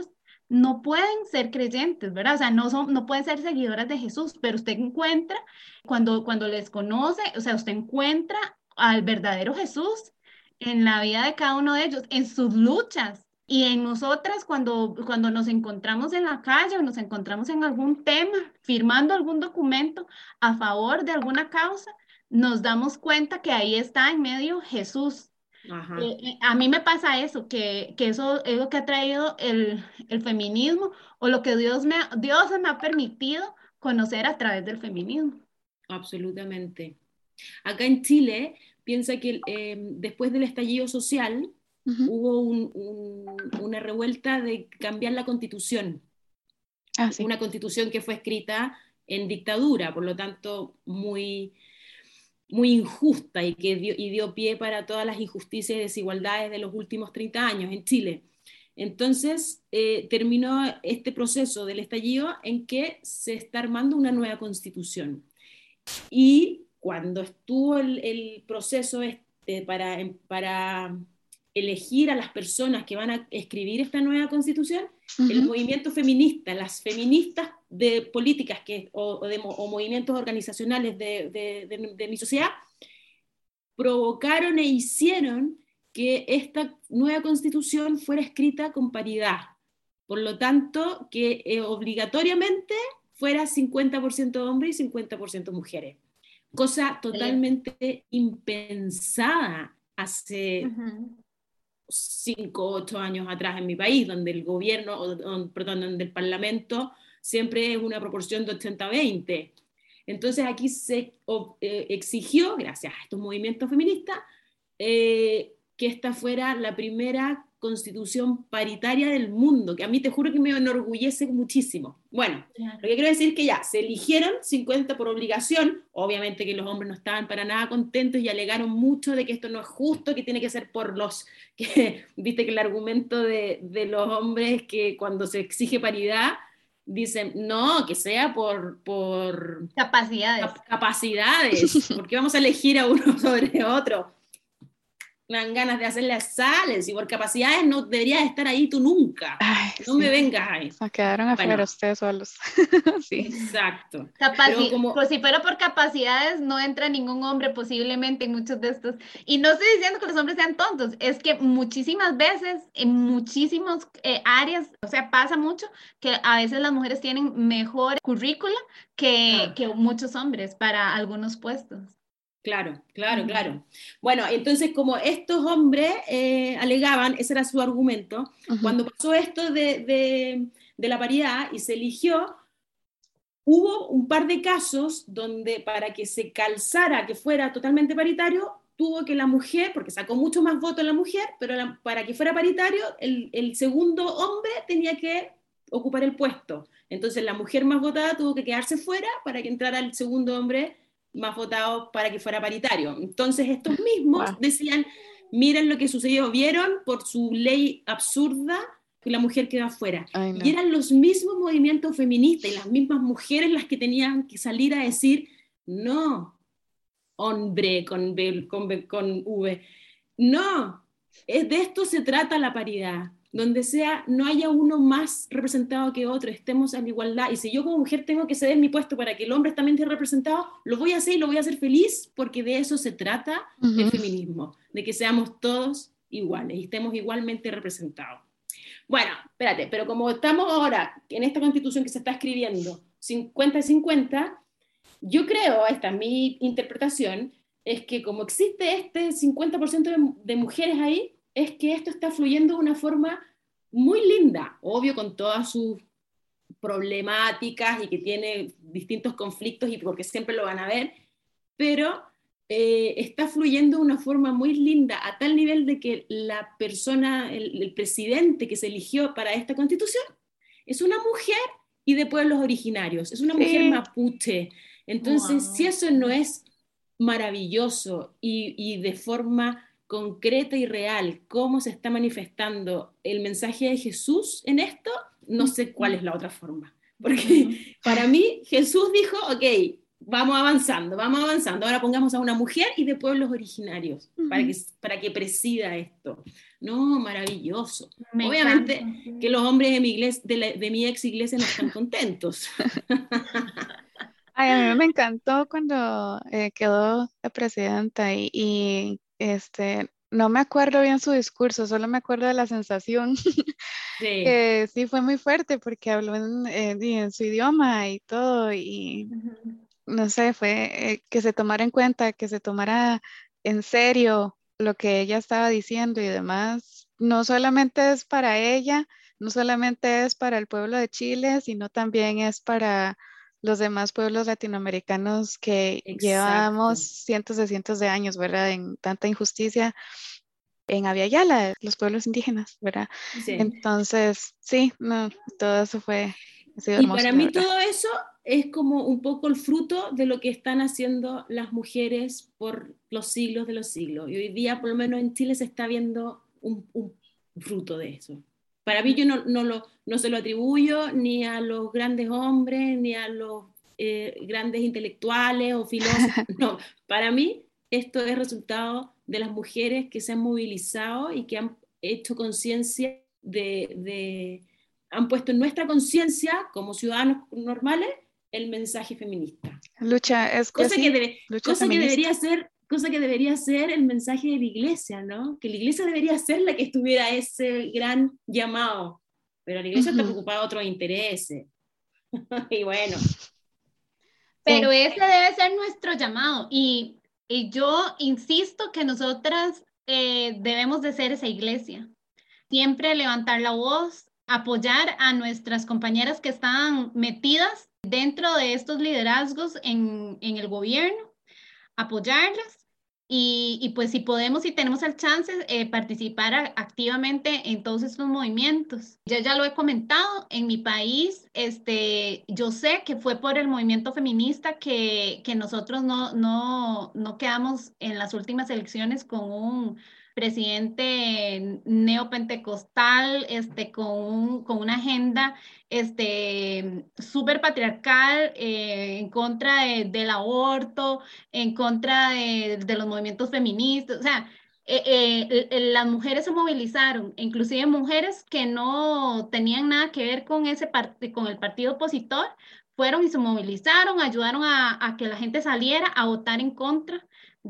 no pueden ser creyentes, ¿verdad? O sea, no pueden ser seguidoras de Jesús, pero usted encuentra, cuando les conoce, o sea, usted encuentra al verdadero Jesús en la vida de cada uno de ellos, en sus luchas. Y en nosotras, cuando nos encontramos en la calle o nos encontramos en algún tema, firmando algún documento a favor de alguna causa, nos damos cuenta que ahí está en medio Jesús. Ajá. A mí me pasa eso, que eso es lo que ha traído el feminismo o lo que Dios me ha permitido conocer a través del feminismo. Absolutamente. Acá en Chile, piensa que después del estallido social hubo una revuelta de cambiar la constitución. Sí. Una constitución que fue escrita en dictadura, por lo tanto muy, muy injusta y que dio pie para todas las injusticias y desigualdades de los últimos 30 años en Chile. Entonces terminó este proceso del estallido en que se está armando una nueva constitución. Y cuando estuvo el proceso para elegir a las personas que van a escribir esta nueva constitución, el movimiento feminista, las feministas de políticas o movimientos organizacionales de mi sociedad, provocaron e hicieron que esta nueva constitución fuera escrita con paridad. Por lo tanto, que obligatoriamente fuera 50% hombres y 50% mujeres. Cosa totalmente impensada hace 5 o 8 años atrás en mi país, donde el gobierno, donde el parlamento siempre es una proporción de 80-20. Entonces aquí se exigió, gracias a estos movimientos feministas, que esta fuera la primera constitución paritaria del mundo, que a mí te juro que me enorgullece muchísimo. Bueno, lo que quiero decir es que ya, se eligieron 50 por obligación, obviamente que los hombres no estaban para nada contentos y alegaron mucho de que esto no es justo, que tiene que ser por los, viste que el argumento de los hombres es que cuando se exige paridad, dicen, no, que sea por capacidades, porque vamos a elegir a uno sobre otro. Me dan ganas de hacerle sales y por capacidades no deberías estar ahí tú nunca. No me vengas ahí. Se quedaron afuera ustedes solos. Sí. Exacto. Pues si fuera por capacidades, no entra ningún hombre posiblemente en muchos de estos. Y no estoy diciendo que los hombres sean tontos, es que muchísimas veces, en muchísimas áreas, o sea, pasa mucho que a veces las mujeres tienen mejor currícula que muchos hombres para algunos puestos. Claro. Bueno, entonces como estos hombres alegaban, ese era su argumento, cuando pasó esto de la paridad y se eligió, hubo un par de casos donde para que se calzara que fuera totalmente paritario, tuvo que la mujer, porque sacó mucho más votos la mujer, pero para que fuera paritario, el segundo hombre tenía que ocupar el puesto. Entonces la mujer más votada tuvo que quedarse fuera para que entrara el segundo hombre más votados para que fuera paritario. Entonces estos mismos decían, miren lo que sucedió, vieron por su ley absurda que la mujer quedó afuera. No. Y eran los mismos movimientos feministas y las mismas mujeres las que tenían que salir a decir, no, hombre con V, no, de esto se trata la paridad, donde no haya uno más representado que otro, estemos en igualdad, y si yo como mujer tengo que ceder mi puesto para que el hombre también esté representado, lo voy a hacer y lo voy a hacer feliz, porque de eso se trata el feminismo, de que seamos todos iguales y estemos igualmente representados. Bueno, espérate, pero como estamos ahora en esta constitución que se está escribiendo 50-50, yo creo, esta es mi interpretación, es que como existe este 50% de mujeres ahí, es que esto está fluyendo de una forma muy linda, obvio con todas sus problemáticas y que tiene distintos conflictos y porque siempre lo van a ver, pero está fluyendo de una forma muy linda a tal nivel de que la persona, el presidente que se eligió para esta constitución es una mujer y de pueblos originarios, es una mujer mapuche. Entonces, si eso no es maravilloso y de forma concreta y real, cómo se está manifestando el mensaje de Jesús en esto, no sé cuál es la otra forma. Porque para mí Jesús dijo, ok, vamos avanzando. Ahora pongamos a una mujer y de pueblos originarios para que presida esto. No, maravilloso. Me Obviamente encanta. que los hombres de mi ex iglesia no están contentos. Ay, a mí me encantó cuando quedó de presidenta no me acuerdo bien su discurso, solo me acuerdo de la sensación Sí, que sí fue muy fuerte porque habló en su idioma y todo y Ujú. no sé, fue que se tomara en cuenta, que se tomara en serio lo que ella estaba diciendo y demás. No solamente es para ella, no solamente es para el pueblo de Chile, sino también es para los demás pueblos latinoamericanos que llevamos exacto. cientos de años, ¿verdad? En tanta injusticia en Abya Yala, los pueblos indígenas, ¿verdad? Sí. Entonces, sí, no, todo eso ha sido Y hermoso, para la mí verdad. todo eso es como un poco el fruto de lo que están haciendo las mujeres por los siglos de los siglos. Y hoy día, por lo menos en Chile, se está viendo un fruto de eso. Para mí yo no se lo atribuyo ni a los grandes hombres, ni a los grandes intelectuales o filósofos. No, para mí esto es resultado de las mujeres que se han movilizado y que han hecho conciencia han puesto en nuestra conciencia, como ciudadanos normales, el mensaje feminista. Lucha, es que Cosa que, sí, lucha feminista. cosa que debería ser el mensaje de la iglesia, ¿no? Que la iglesia debería ser la que estuviera ese gran llamado, pero la iglesia está Ujú. preocupada de otros intereses. Y bueno, Pero Sí, ese debe ser nuestro llamado y yo insisto que nosotras debemos de ser esa iglesia. Siempre levantar la voz, apoyar a nuestras compañeras que están metidas dentro de estos liderazgos en el gobierno, apoyarlas y pues si podemos, si tenemos el chance, participar activamente en todos estos movimientos. Yo ya lo he comentado, en mi país, yo sé que fue por el movimiento feminista que nosotros no quedamos en las últimas elecciones con un presidente neopentecostal, con una agenda súper patriarcal en contra del aborto, en contra de los movimientos feministas. O sea, las mujeres se movilizaron, inclusive mujeres que no tenían nada que ver con con el partido opositor, fueron y se movilizaron, ayudaron a que la gente saliera a votar en contra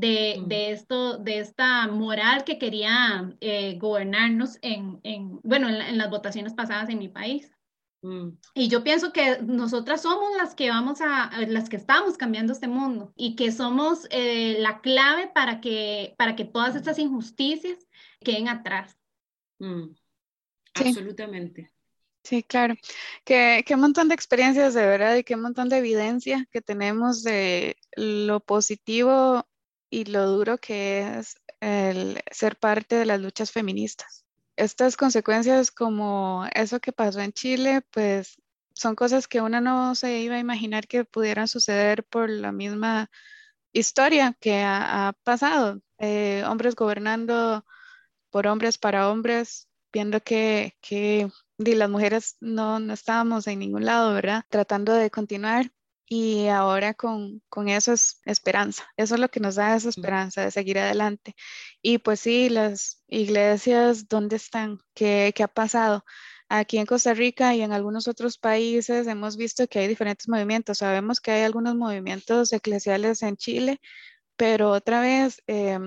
de esta moral que quería gobernarnos bueno, en las votaciones pasadas en mi país. mm, Y yo pienso que nosotras somos las que las que estamos cambiando este mundo y que somos la clave para que todas estas injusticias queden atrás. mm, sí, absolutamente. sí, claro. Qué montón de experiencias de verdad y qué montón de evidencia que tenemos de lo positivo y lo duro que es el ser parte de las luchas feministas. Estas consecuencias como eso que pasó en Chile, pues son cosas que uno no se iba a imaginar que pudieran suceder por la misma historia que ha pasado. Hombres gobernando por hombres para hombres, viendo que las mujeres no estábamos en ningún lado, ¿verdad? Tratando de continuar. Y ahora con eso es esperanza. Eso es lo que nos da esa Mm. esperanza de seguir adelante. Y pues sí, las iglesias, ¿dónde están? ¿Qué ha pasado? Aquí en Costa Rica y en algunos otros países hemos visto que hay diferentes movimientos. Sabemos que hay algunos movimientos eclesiales en Chile, pero otra vez,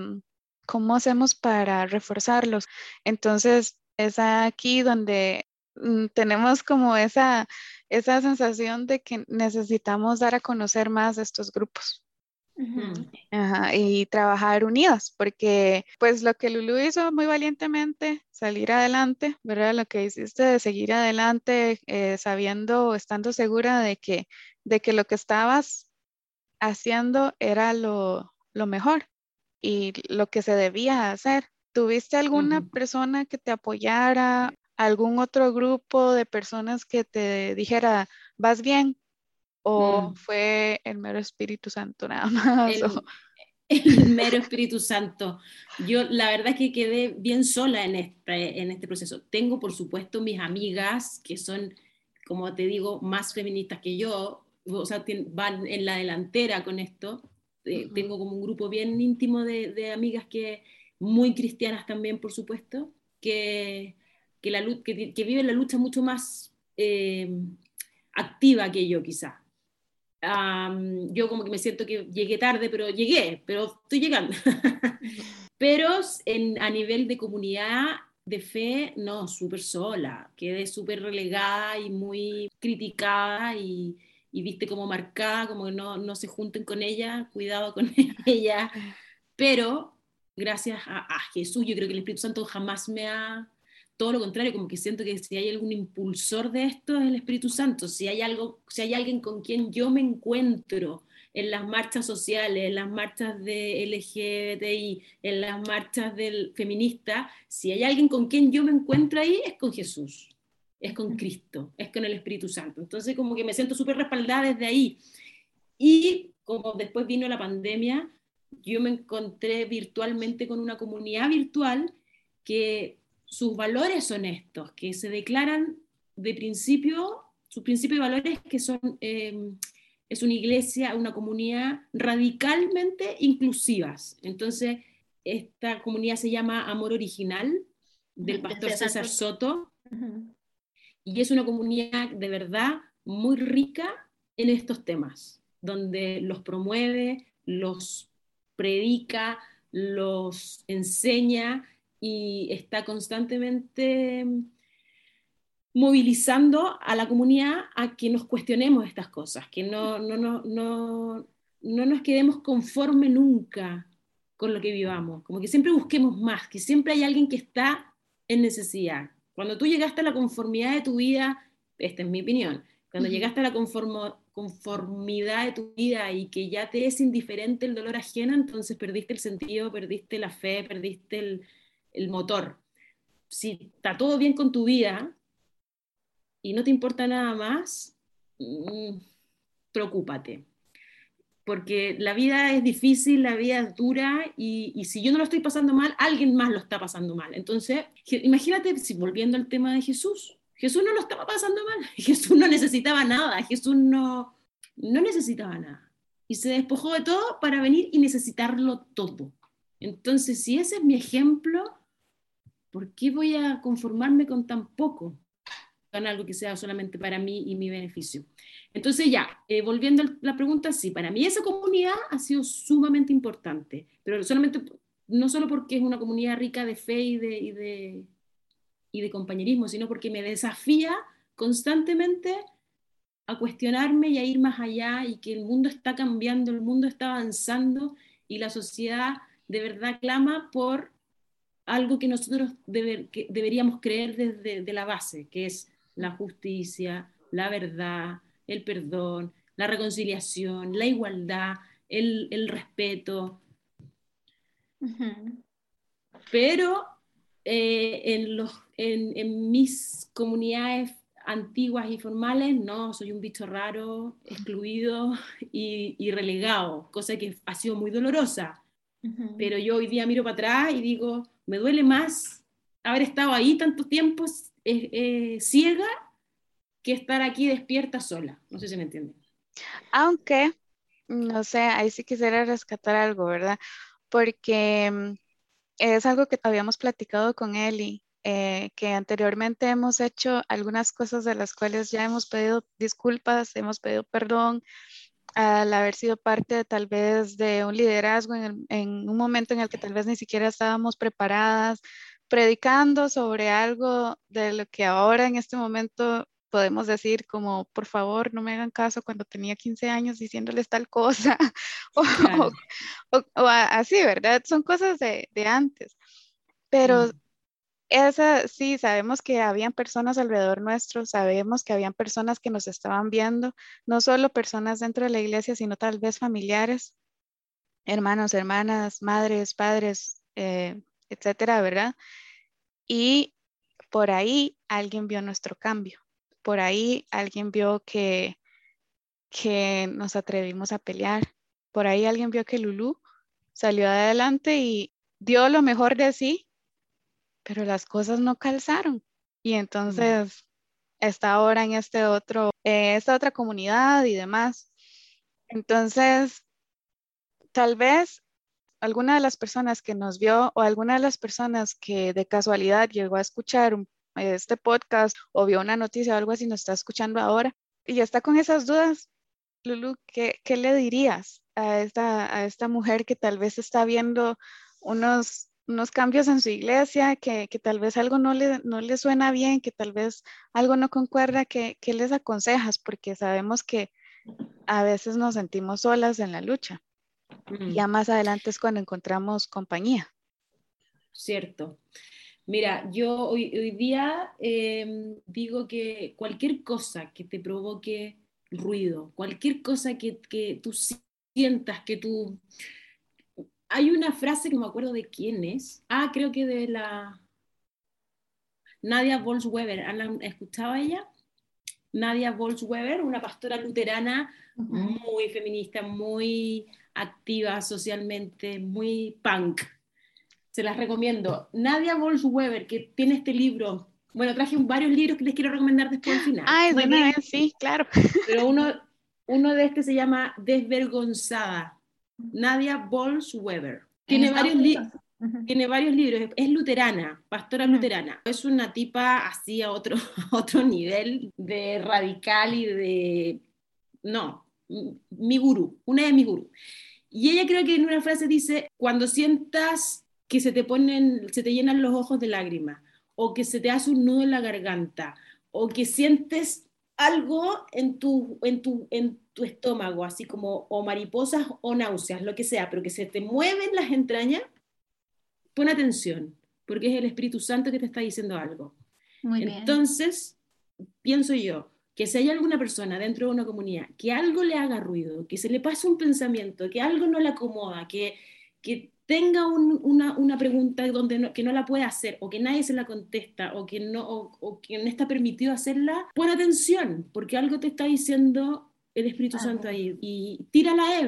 ¿cómo hacemos para reforzarlos? Entonces, es aquí donde tenemos como esa sensación de que necesitamos dar a conocer más estos grupos. Ujú. Mm. Ajá, y trabajar unidas, porque pues lo que Lulu hizo muy valientemente, salir adelante, ¿verdad? Lo que hiciste de seguir adelante, sabiendo, estando segura de que lo que estabas haciendo era lo mejor y lo que se debía hacer. ¿Tuviste alguna Ujú. persona que te apoyara, algún otro grupo de personas que te dijera, vas bien? ¿O Mm. fue el mero Espíritu Santo nada más? El, el mero Espíritu Santo. Yo la verdad es que quedé bien sola en este proceso. Tengo, por supuesto, mis amigas que son, como te digo, más feministas que yo, o sea, van en la delantera con esto. Tengo como un grupo bien íntimo de amigas que, muy cristianas también, por supuesto, que viven la lucha mucho más activa que yo, quizá. Yo como que me siento que llegué tarde, pero estoy llegando. Pero a nivel de comunidad de fe, no, súper sola, quedé súper relegada y muy criticada y viste como marcada, como que no se junten con ella, cuidado con ella, pero gracias a Jesús, yo creo que el Espíritu Santo jamás todo lo contrario, como que siento que si hay algún impulsor de esto es el Espíritu Santo, si hay alguien con quien yo me encuentro en las marchas sociales, en las marchas de LGBTI, en las marchas del feminista, si hay alguien con quien yo me encuentro ahí, es con Jesús, es con Cristo, es con el Espíritu Santo. Entonces como que me siento súper respaldada desde ahí. Y como después vino la pandemia, yo me encontré virtualmente con una comunidad virtual que sus valores son estos, que se declaran de principio, sus principios y valores que son, es una iglesia, una comunidad radicalmente inclusivas. Entonces, esta comunidad se llama Amor Original, del pastor César Soto, y es una comunidad de verdad muy rica en estos temas, donde los promueve, los predica, los enseña y está constantemente movilizando a la comunidad a que nos cuestionemos estas cosas, que no nos quedemos conforme nunca con lo que vivamos, como que siempre busquemos más, que siempre hay alguien que está en necesidad. Cuando tú llegaste a la conformidad de tu vida, esta es mi opinión, cuando llegaste a la conformidad de tu vida y que ya te es indiferente el dolor ajeno, entonces perdiste el sentido, perdiste la fe, perdiste el motor. Si está todo bien con tu vida y no te importa nada más, preocúpate. Porque la vida es difícil, la vida es dura y si yo no lo estoy pasando mal, alguien más lo está pasando mal. Entonces, imagínate, si volviendo al tema de Jesús, Jesús no lo estaba pasando mal, Jesús no necesitaba nada, Jesús no necesitaba nada. Y se despojó de todo para venir y necesitarlo todo. Entonces, si ese es mi ejemplo, ¿por qué voy a conformarme con tan poco? En algo que sea solamente para mí y mi beneficio. Entonces ya, volviendo a la pregunta, sí, para mí esa comunidad ha sido sumamente importante, pero no solo porque es una comunidad rica de fe y de compañerismo, sino porque me desafía constantemente a cuestionarme y a ir más allá y que el mundo está cambiando, el mundo está avanzando y la sociedad de verdad clama por algo que nosotros que deberíamos creer desde la base, que es la justicia, la verdad, el perdón, la reconciliación, la igualdad, el respeto. Pero en mis comunidades antiguas y formales, no, soy un bicho raro, excluido y relegado, cosa que ha sido muy dolorosa. Pero yo hoy día miro para atrás y digo, me duele más haber estado ahí tanto tiempo ciega que estar aquí despierta sola. No sé si me entienden. Aunque, no sé, ahí sí quisiera rescatar algo, ¿verdad? Porque es algo que habíamos platicado con Eli, que anteriormente hemos hecho algunas cosas de las cuales ya hemos pedido disculpas, hemos pedido perdón al haber sido parte tal vez de un liderazgo en un momento en el que tal vez ni siquiera estábamos preparadas, predicando sobre algo de lo que ahora en este momento podemos decir como, por favor, no me hagan caso cuando tenía 15 años diciéndoles tal cosa, o, Claro. así, ¿verdad? Son cosas de antes, pero esa sí, sabemos que habían personas alrededor nuestro, sabemos que habían personas que nos estaban viendo, no solo personas dentro de la iglesia, sino tal vez familiares, hermanos, hermanas, madres, padres, etcétera, ¿verdad? Y por ahí alguien vio nuestro cambio, por ahí alguien vio que nos atrevimos a pelear, por ahí alguien vio que Lulú salió adelante y dio lo mejor de sí, pero las cosas no calzaron. Y entonces está ahora en esta otra comunidad y demás. Entonces, tal vez alguna de las personas que nos vio o alguna de las personas que de casualidad llegó a escuchar este podcast o vio una noticia o algo así, nos está escuchando ahora y está con esas dudas. Lulu, ¿qué le dirías a esta mujer que tal vez está viendo unos cambios en su iglesia, que tal vez algo no le suena bien, que tal vez algo no concuerda? ¿Qué les aconsejas? Porque sabemos que a veces nos sentimos solas en la lucha. Y ya más adelante es cuando encontramos compañía. Cierto. Mira, yo hoy día digo que cualquier cosa que te provoque ruido, cualquier cosa que tú sientas, que tú... Hay una frase que no me acuerdo de quién es. Creo que de la Nadia Bolz-Weber. ¿Han escuchado a ella? Nadia Bolz-Weber, una pastora luterana muy feminista, muy activa socialmente, muy punk. Se las recomiendo. Nadia Bolz-Weber, que tiene este libro. Bueno, traje varios libros que les quiero recomendar después al final. Es de una vez, sí, claro. Pero uno de estos se llama Desvergonzada. Nadia Bolz-Weber. Tiene varios libros. Es luterana, pastora luterana. Es una tipa así a otro nivel de radical y de... No, mi gurú, una de mis gurús. Y ella creo que en una frase dice, cuando sientas que se te llenan los ojos de lágrimas, o que se te hace un nudo en la garganta, o que sientes algo en tu estómago, así como o mariposas o náuseas, lo que sea, pero que se te mueven las entrañas, pon atención, porque es el Espíritu Santo que te está diciendo algo. Muy bien. Entonces, pienso yo, que si hay alguna persona dentro de una comunidad que algo le haga ruido, que se le pase un pensamiento, que algo no le acomoda, que tenga una pregunta que no la puede hacer, o que nadie se la contesta, o que no está permitido hacerla, pon atención, porque algo te está diciendo el Espíritu Santo ahí, y tira la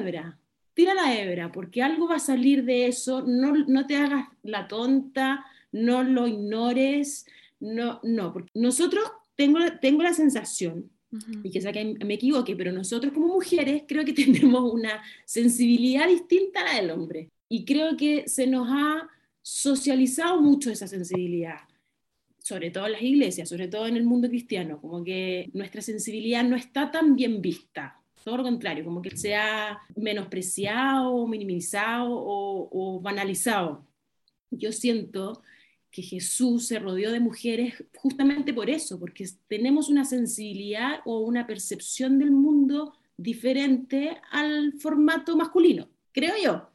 hebra, porque algo va a salir de eso. No te hagas la tonta, no lo ignores, no, porque nosotros tengo la sensación, y quizá que me equivoque, pero nosotros como mujeres creo que tenemos una sensibilidad distinta a la del hombre, y creo que se nos ha socializado mucho esa sensibilidad, sobre todo en las iglesias, sobre todo en el mundo cristiano, como que nuestra sensibilidad no está tan bien vista. Todo lo contrario, como que se ha menospreciado, minimizado o banalizado. Yo siento que Jesús se rodeó de mujeres justamente por eso, porque tenemos una sensibilidad o una percepción del mundo diferente al formato masculino, creo yo.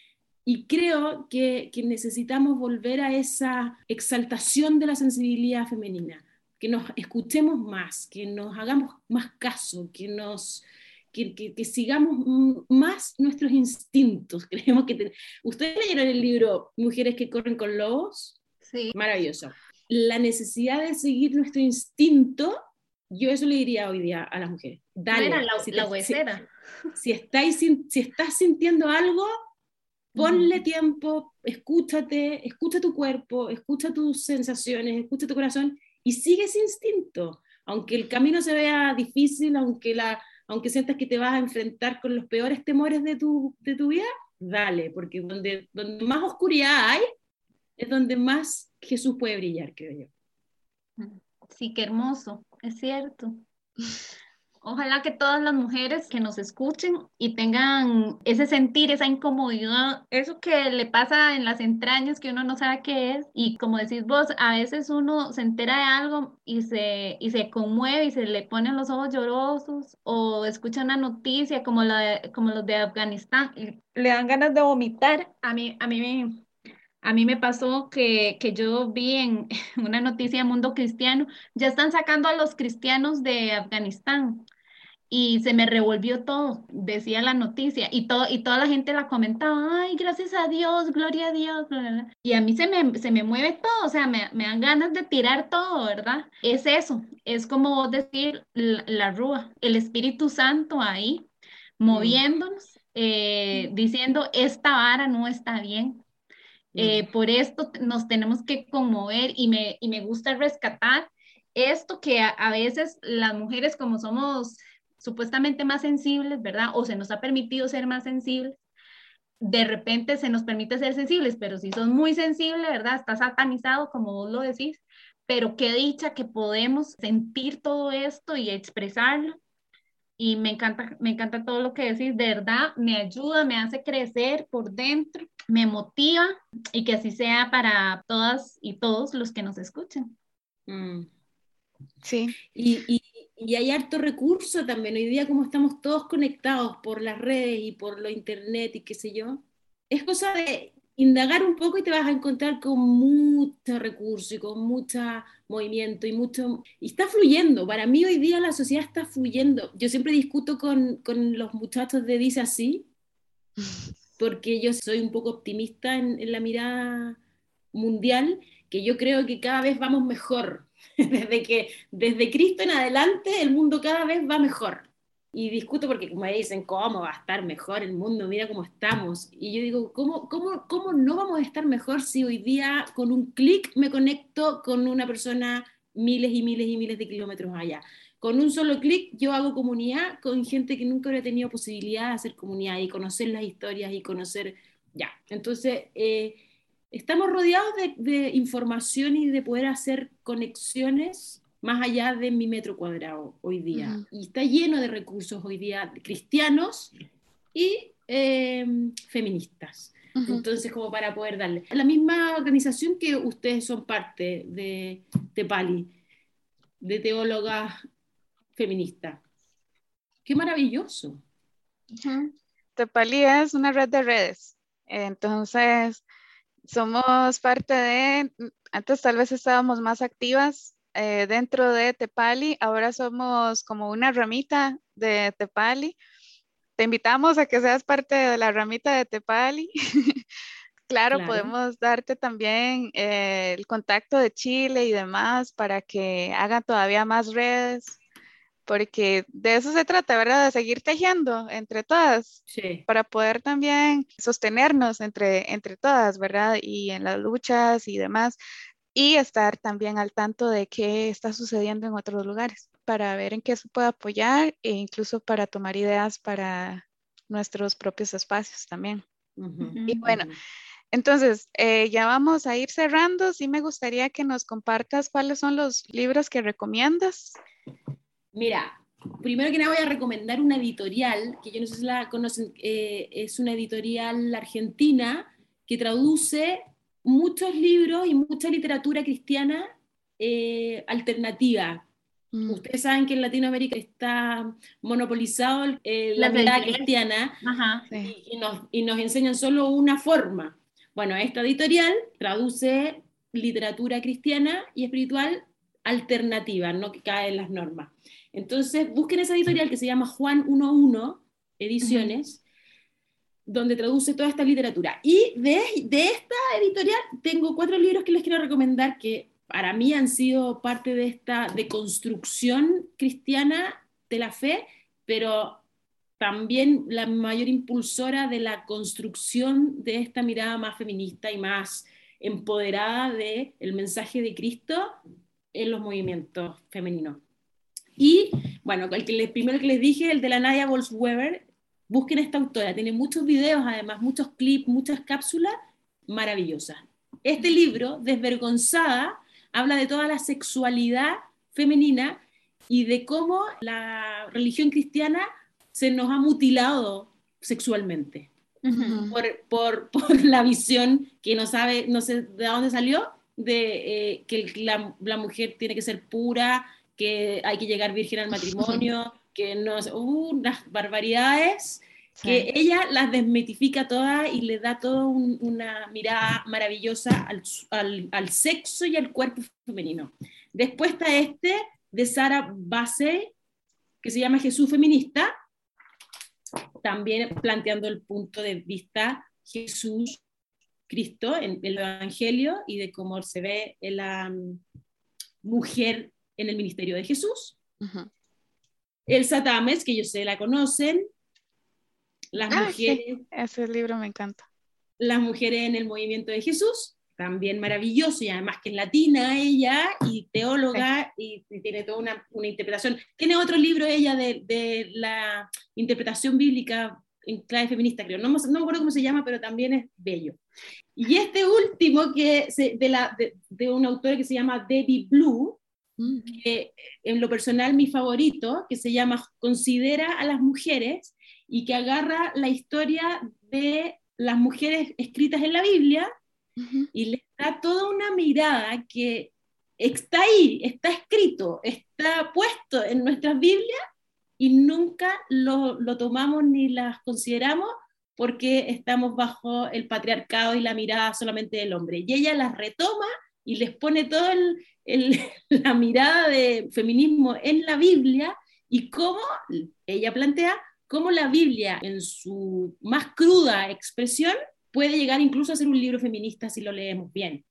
Y creo que necesitamos volver a esa exaltación de la sensibilidad femenina, que nos escuchemos más, que nos hagamos más caso, que sigamos más nuestros instintos. Creemos que ¿Ustedes leyeron el libro Mujeres que corren con lobos? Sí. Maravilloso. La necesidad de seguir nuestro instinto, yo eso le diría hoy día a las mujeres. Dale. No era la huesera. Si estás sintiendo algo, ponle tiempo, escucha tu cuerpo, escucha tus sensaciones, escucha tu corazón y sigue ese instinto. Aunque el camino se vea difícil, aunque sientas que te vas a enfrentar con los peores temores de tu vida, dale, porque donde más oscuridad hay, es donde más Jesús puede brillar, creo yo. Sí, qué hermoso, es cierto. Ojalá que todas las mujeres que nos escuchen y tengan ese sentir, esa incomodidad, eso que le pasa en las entrañas que uno no sabe qué es, y como decís vos, a veces uno se entera de algo y se conmueve y se le ponen los ojos llorosos, o escucha una noticia como los de Afganistán y le dan ganas de vomitar. A mí me pasó que yo vi en una noticia de Mundo Cristiano, ya están sacando a los cristianos de Afganistán. Y se me revolvió todo, decía la noticia, y toda la gente la comentaba, ay, gracias a Dios, gloria a Dios, bla, bla, bla. Y a mí se me mueve todo, o sea, me dan ganas de tirar todo, ¿verdad? Es eso, es como vos decir la rúa, el Espíritu Santo ahí, moviéndonos, diciendo, esta vara no está bien. Por esto nos tenemos que conmover, y me gusta rescatar esto que a veces las mujeres, como somos supuestamente más sensibles, ¿verdad? O se nos ha permitido ser más sensibles, de repente se nos permite ser sensibles, pero si sos muy sensible, ¿verdad? Está satanizado, como vos lo decís, pero qué dicha que podemos sentir todo esto y expresarlo. Y me encanta todo lo que decís, de verdad, me ayuda, me hace crecer por dentro, me motiva y que así sea para todas y todos los que nos escuchen. Mm. Sí, Y hay harto recurso también. Hoy día, como estamos todos conectados por las redes y por lo internet y qué sé yo, es cosa de indagar un poco y te vas a encontrar con mucho recurso y con mucho movimiento y está fluyendo. Para mí hoy día la sociedad está fluyendo. Yo siempre discuto con los muchachos de Dice Así, porque yo soy un poco optimista en la mirada mundial, que yo creo que cada vez vamos mejor. Desde Cristo en adelante el mundo cada vez va mejor. Y discuto porque como me dicen, ¿cómo va a estar mejor el mundo? Mira cómo estamos. Y yo digo, ¿cómo no vamos a estar mejor si hoy día con un clic me conecto con una persona miles y miles y miles de kilómetros allá? Con un solo clic yo hago comunidad con gente que nunca hubiera tenido posibilidad de hacer comunidad y conocer las historias y conocer, ya. Entonces, estamos rodeados de información y de poder hacer conexiones más allá de mi metro cuadrado hoy día. uh-huh. Y está lleno de recursos hoy día cristianos y feministas. Uh-huh. Entonces, como para poder darle. La misma organización que ustedes son parte de Tepali, de teólogas feminista. ¡Qué maravilloso! Uh-huh. Tepali es una red de redes. Entonces, somos parte de, antes tal vez estábamos más activas dentro de Tepali, ahora somos como una ramita de Tepali. Te invitamos a que seas parte de la ramita de Tepali. Claro, Claro. podemos darte también el contacto de Chile y demás para que hagan todavía más redes, porque de eso se trata, ¿verdad? De seguir tejiendo entre todas, Sí. para poder también sostenernos entre todas, ¿verdad? Y en las luchas y demás, y estar también al tanto de qué está sucediendo en otros lugares, para ver en qué se puede apoyar e incluso para tomar ideas para nuestros propios espacios también. Uh-huh, Y bueno, uh-huh. entonces, ya vamos a ir cerrando. Sí me gustaría que nos compartas cuáles son los libros que recomiendas. Mira, primero que nada voy a recomendar una editorial, que yo no sé si la conocen, es una editorial argentina que traduce muchos libros y mucha literatura cristiana alternativa. Ustedes saben que en Latinoamérica está monopolizado la Las mirada editoriales. cristiana. Ajá. Sí. y nos enseñan solo una forma. Bueno, esta editorial traduce literatura cristiana y espiritual alternativa, no que cae en las normas. Entonces, busquen esa editorial que se llama Juan 11 Ediciones, donde traduce toda esta literatura. Y de esta editorial tengo 4 libros que les quiero recomendar que para mí han sido parte de esta deconstrucción cristiana de la fe, pero también la mayor impulsora de la construcción de esta mirada más feminista y más empoderada del mensaje de Cristo en los movimientos femeninos. Y bueno, primero que les dije, el de la Nadia Bolz-Weber, busquen esta autora, tiene muchos videos, además, muchos clips, muchas cápsulas maravillosas. Este libro, Desvergonzada, habla de toda la sexualidad femenina y de cómo la religión cristiana se nos ha mutilado sexualmente. Uh-huh. Por la visión que no sé de dónde salió, de que la mujer tiene que ser pura, que hay que llegar virgen al matrimonio, que no, unas barbaridades, Sí. que ella las desmitifica todas y le da toda una mirada maravillosa al sexo y al cuerpo femenino. Después está de Sarah Bassey, que se llama Jesús Feminista, también planteando el punto de vista Jesús, Cristo, en el Evangelio y de cómo se ve en la mujer en el ministerio de Jesús. Uh-huh. Elsa Tames, que yo sé la conocen, las mujeres, sí. Ese libro me encanta. las mujeres en el movimiento de Jesús, también maravilloso, y además que es latina ella, y teóloga, y tiene toda una interpretación. Tiene otro libro ella de la interpretación bíblica en clave feminista, creo. No me acuerdo cómo se llama, pero también es bello. Y este último, de una autora que se llama Debbie Blue, que en lo personal mi favorito, que se llama Considera a las mujeres, y que agarra la historia de las mujeres escritas en la Biblia, y le da toda una mirada que está ahí, está escrito, está puesto en nuestras Biblias, y nunca lo tomamos ni las consideramos porque estamos bajo el patriarcado y la mirada solamente del hombre. Y ella las retoma y les pone toda la mirada de feminismo en la Biblia, y cómo ella plantea cómo la Biblia en su más cruda expresión puede llegar incluso a ser un libro feminista si lo leemos bien.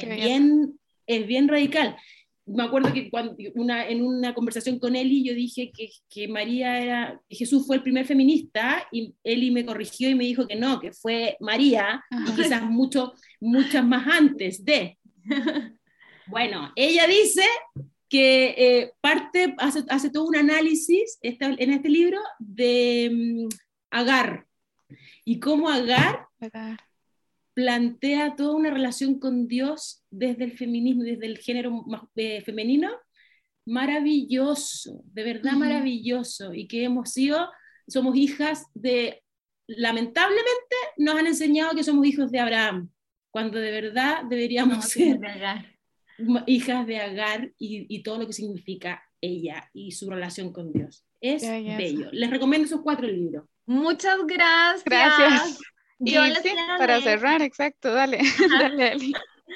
Es bien radical. Me acuerdo que en una conversación con Eli yo dije que Jesús fue el primer feminista, y Eli me corrigió y me dijo que no, que fue María, y quizás muchas más antes de. Bueno, ella dice que hace todo un análisis en este libro de Agar, y cómo Agar plantea toda una relación con Dios desde el feminismo, desde el género femenino, maravilloso, de verdad maravilloso, y que somos hijas lamentablemente nos han enseñado que somos hijos de Abraham, cuando de verdad deberíamos ser hijas de Agar, y todo lo que significa ella y su relación con Dios. Es bello. Les recomiendo esos 4 libros. Muchas gracias. Gracias. Para cerrar, exacto, dale, dale, Eli.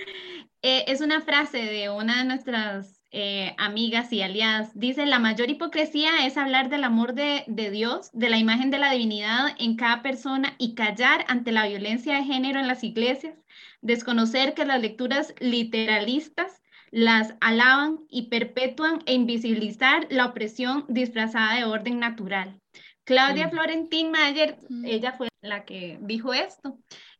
Es una frase de una de nuestras amigas y aliadas. Dice: la mayor hipocresía es hablar del amor de Dios, de la imagen de la divinidad en cada persona, y callar ante la violencia de género en las iglesias, desconocer que las lecturas literalistas las alaban y perpetúan, e invisibilizar la opresión disfrazada de orden natural. Claudia Florentín Mayer, ella fue la que dijo esto,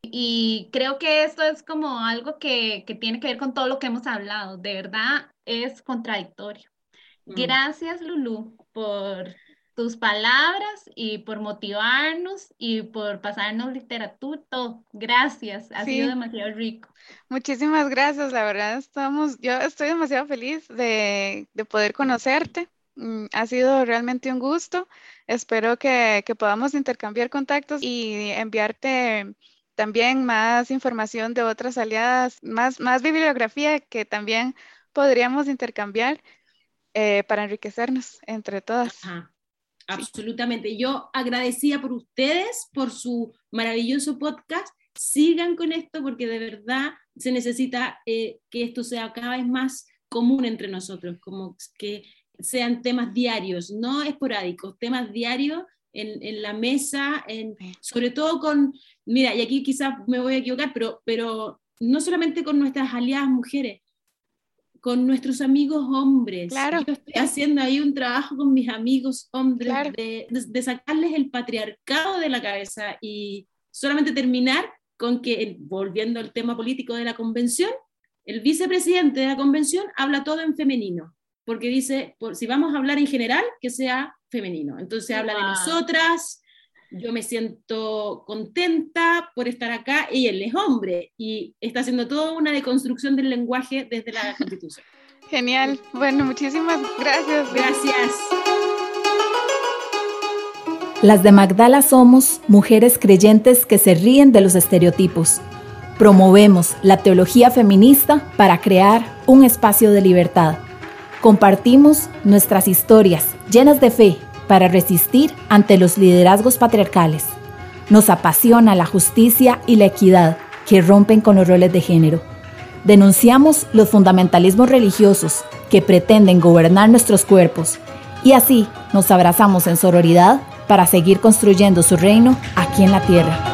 y creo que esto es como algo que tiene que ver con todo lo que hemos hablado. De verdad es contradictorio. Gracias, Lulú, por tus palabras y por motivarnos y por pasarnos literatura, todo. Gracias, ha sido demasiado rico. Muchísimas gracias, la verdad yo estoy demasiado feliz de poder conocerte. Ha sido realmente un gusto. Espero que podamos intercambiar contactos y enviarte también más información de otras aliadas, más bibliografía que también podríamos intercambiar para enriquecernos entre todas. Ajá. Absolutamente. Yo agradecida por ustedes, por su maravilloso podcast. Sigan con esto, porque de verdad se necesita que esto sea cada vez más común entre nosotros, como que sean temas diarios, no esporádicos, temas diarios en la mesa, sobre todo mira, y aquí quizás me voy a equivocar, pero no solamente con nuestras aliadas mujeres, con nuestros amigos hombres. Claro. Yo estoy haciendo ahí un trabajo con mis amigos hombres, claro, de sacarles el patriarcado de la cabeza, y solamente terminar con que, volviendo al tema político de la convención, el vicepresidente de la convención habla todo en femenino, porque dice, si vamos a hablar en general, que sea femenino. Entonces habla de nosotras, yo me siento contenta por estar acá, y él es hombre, y está haciendo toda una deconstrucción del lenguaje desde la Constitución. Genial. Bueno, muchísimas gracias. Gracias. Las de Magdala somos mujeres creyentes que se ríen de los estereotipos. Promovemos la teología feminista para crear un espacio de libertad. Compartimos nuestras historias llenas de fe para resistir ante los liderazgos patriarcales. Nos apasiona la justicia y la equidad que rompen con los roles de género. Denunciamos los fundamentalismos religiosos que pretenden gobernar nuestros cuerpos, y así nos abrazamos en sororidad para seguir construyendo su reino aquí en la tierra.